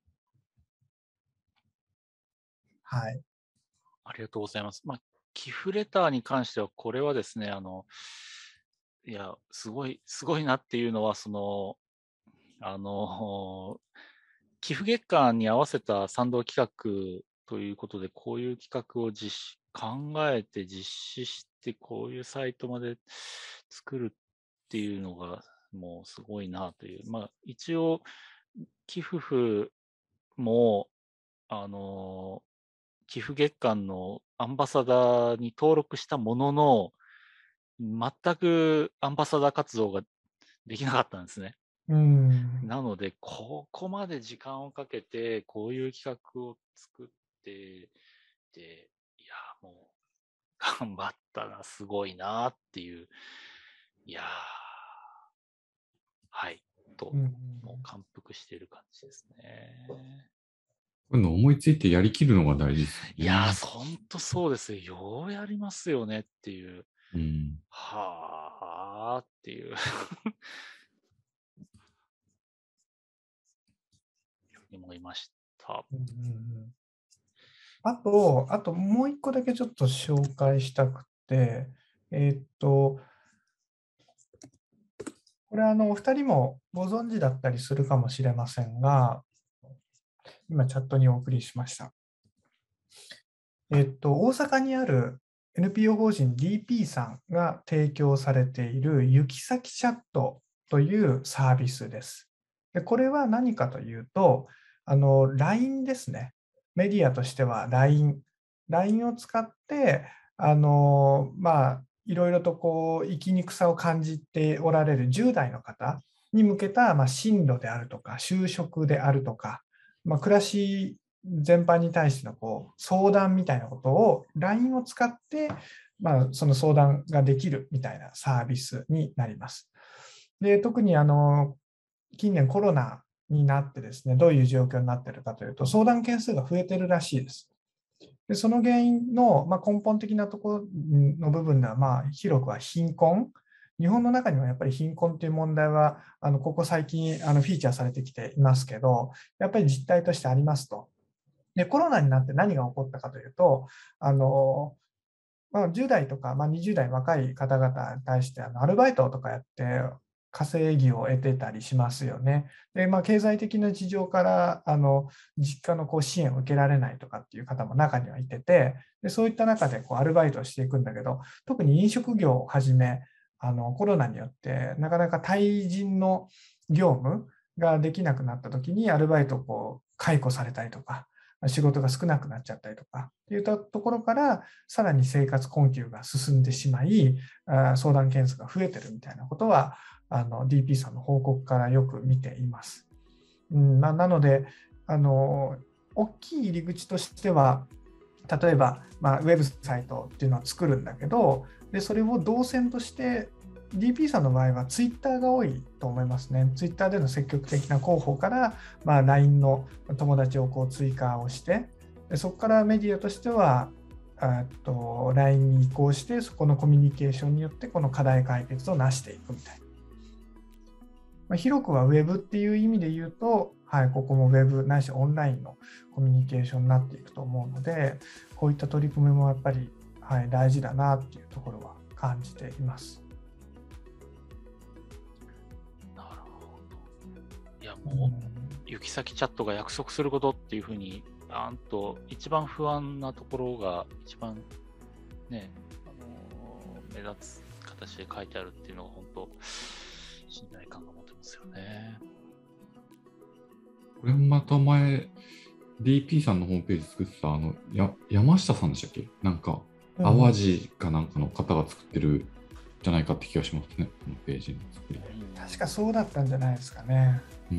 はい。 ありがとうございます。まあ、寄付レターに関しては、これはですね、あの、いや、すごい、すごいなっていうのは、その、あの、寄付月間に合わせた賛同企画ということで、こういう企画を実施、考えて実施して、こういうサイトまで作るっていうのが、もうすごいなという。まあ、一応、寄付付も、あの、寄付月間のアンバサダーに登録したものの、全くアンバサダー活動ができなかったんですね。 うん。 なので、ここまで時間をかけて、こういう企画を作って、で、いや、もう、頑張ったな、すごいなっていう、いやー、はい、と、 うんもう感服している感じですね。 こういうの思いついてやりきるのが大事ですよね。 いやー、ほんとそうですよ。ようやりますよねっていう。 うん。 はあっていう。思いました。 うんうんうん、あと、あともう一個だけちょっと紹介したくて、えーっと、これはあのお二人もご存知だったりするかもしれませんが、今チャットにお送りしました。えーっと、大阪にある エヌピーオー 法人 ディーピー さんが提供されている行き先チャットというサービスです。で、これは何かというと、あの ライン ですね。メディアとしては ライン。ライン を使って、あのまあ、いろいろとこう生きにくさを感じておられるじゅう代の方に向けた、まあ、進路であるとか、就職であるとか、まあ、暮らし全般に対してのこう相談みたいなことを ライン を使って、まあ、その相談ができるみたいなサービスになります。で、特にあの近年コロナになってですね、どういう状況になっているかというと、相談件数が増えているらしいです。で、その原因の、まあ、根本的なところの部分では、まあ、広くは貧困。日本の中にはやっぱり貧困という問題は、あのここ最近あのフィーチャーされてきていますけど、やっぱり実態としてありますと。で、コロナになって何が起こったかというと、あのまあ、じゅう代とか、まあ、にじゅう代若い方々に対してあのアルバイトとかやって稼ぎを得てたりしますよね。で、まあ、経済的な事情からあの実家のこう支援を受けられないとかっていう方も中にはいてて、でそういった中でこうアルバイトをしていくんだけど、特に飲食業をはじめあのコロナによってなかなか対人の業務ができなくなった時にアルバイトをこう解雇されたりとか、仕事が少なくなっちゃったりとかっていったところから、さらに生活困窮が進んでしまい、相談件数が増えてるみたいなことは、あの ディーピー さんの報告からよく見ています。うんまあ、なのであの、大きい入り口としては、例えば、まあ、ウェブサイトっていうのを作るんだけど、でそれを動線として、ディーピー さんの場合はツイッターが多いと思いますね。ツイッターでの積極的な広報から、まあ、ライン の友達をこう追加をして、でそこからメディアとしては、と ライン に移行して、そこのコミュニケーションによってこの課題解決を成していくみたいな。まあ、広くは Web っていう意味で言うと、はい、ここも Web ないしオンラインのコミュニケーションになっていくと思うので、こういった取り組みもやっぱり、はい、大事だなっていうところは感じています。 なるほど。いやもう、うん、行き先チャットが約束することっていうふうにバーンと一番不安なところが一番ね、あのー、目立つ形で書いてあるっていうのが本当信頼感が持てますよね。 これまた前 ディーピー さんのホームページ作ってたあのや山下さんでしたっけ、なんか淡路かなんかの方が作ってるじゃないかって気がしますね、このページの作り。 確かそうだったんじゃないですかね。 うん。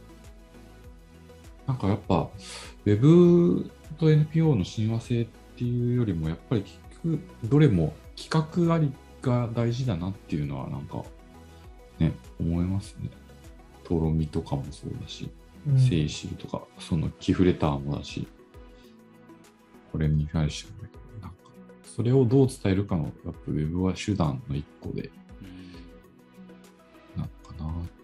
なんかやっぱ Web と エヌピーオー の親和性っていうよりもやっぱり結局どれも企画ありが大事だなっていうのはなんかね思いますね。討論日とかもそうだし、聖集とかその寄付レターもだし、これに対してもだけど、なんかそれをどう伝えるかのやっぱ Web は手段の一個でなのかなって。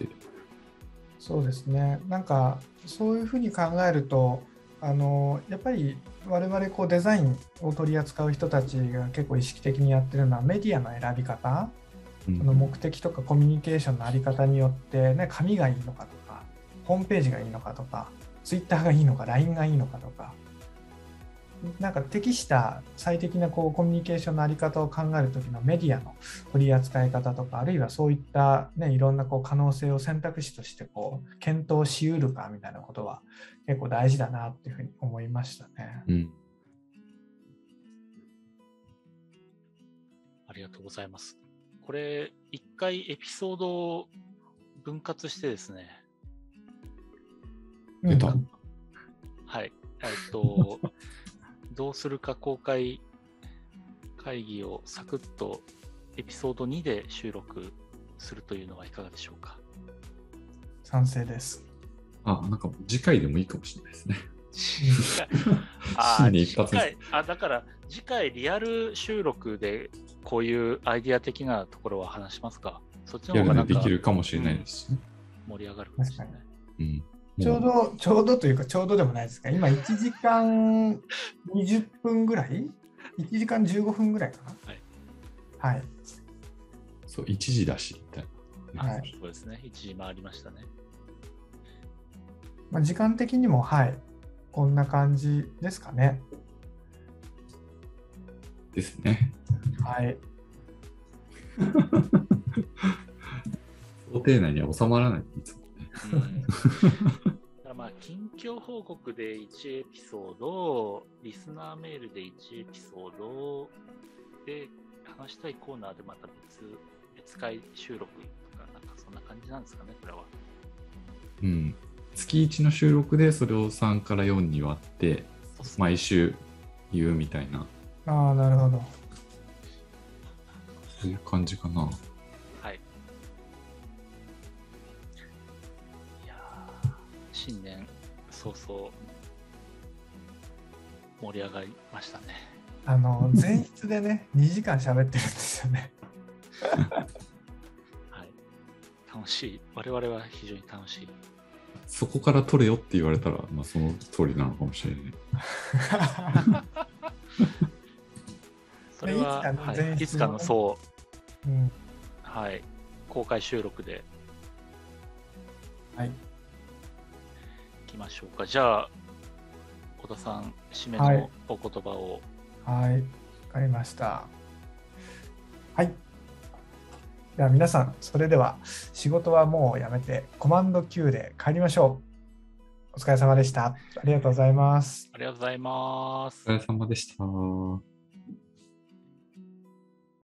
そうですね。なんかそういうふうに考えると、あのやっぱり我々こうデザインを取り扱う人たちが結構意識的にやってるのはメディアの選び方、うん、その目的とかコミュニケーションの在り方によって、ね、紙がいいのかとか、ホームページがいいのかとか、ツイッターがいいのか、ライン がいいのかとか、なんか適した最適なこうコミュニケーションの在り方を考えるときのメディアの取り扱い方とか、あるいはそういった、ね、いろんなこう可能性を選択肢としてこう検討しうるかみたいなことは結構大事だなっていうふうに思いましたね。 うん、 ありがとうございます。これ一回エピソードを分割してですね。 出た。 はい。えっとどうするか公開会議をサクッとエピソードにで収録するというのはいかがでしょうか。 賛成です。 あ、なんか次回でもいいかもしれないですね。 あ次回あだから次回リアル収録でこういうアイディア的なところは話しますか。そっちの方がなんかできるかもしれないですし、ね、 うん、盛り上がるかもしれない。 うん、 ちょうど、ちょうどというか、ちょうどでもないですか。今、いちじかんにじゅっぷんぐらい ?いち 時間じゅうごふんぐらいかな。 はい。 はい。 そう、いちじだし、みたいな。はい。そうですね。いちじ回りましたね。 まあ、時間的にも、はい。こんな感じですかね。 ですね。 はい。 想定内には収まらない、いつも。 うん、だからまあ近況報告でいちエピソード、リスナーメールでいちエピソードで話したいコーナーでまた別別回収録とか、なんかそんな感じなんですかね、これは。 うん、月いちの収録でそれをさんからよんに割って毎週言うみたいな。 ああ、なるほど。 そういう感じかな。 新年早々盛り上がりましたね。 あの前室でねにじかん喋ってるんですよね。 はい、楽しい。我々は非常に楽しい。 そこから取れよって言われたら、まあ、その通りなのかもしれない。 それは、はい、いつかのそう、うん、はい、公開収録で。 はい。 いきましょうか。じゃあ小田さん締めのお言葉を。 はい、わかりました。はい。では皆さん、それでは仕事はもうやめてコマンド Q で帰りましょう。お疲れ様でした。ありがとうございます。 ありがとうございます。 お疲れ様でした。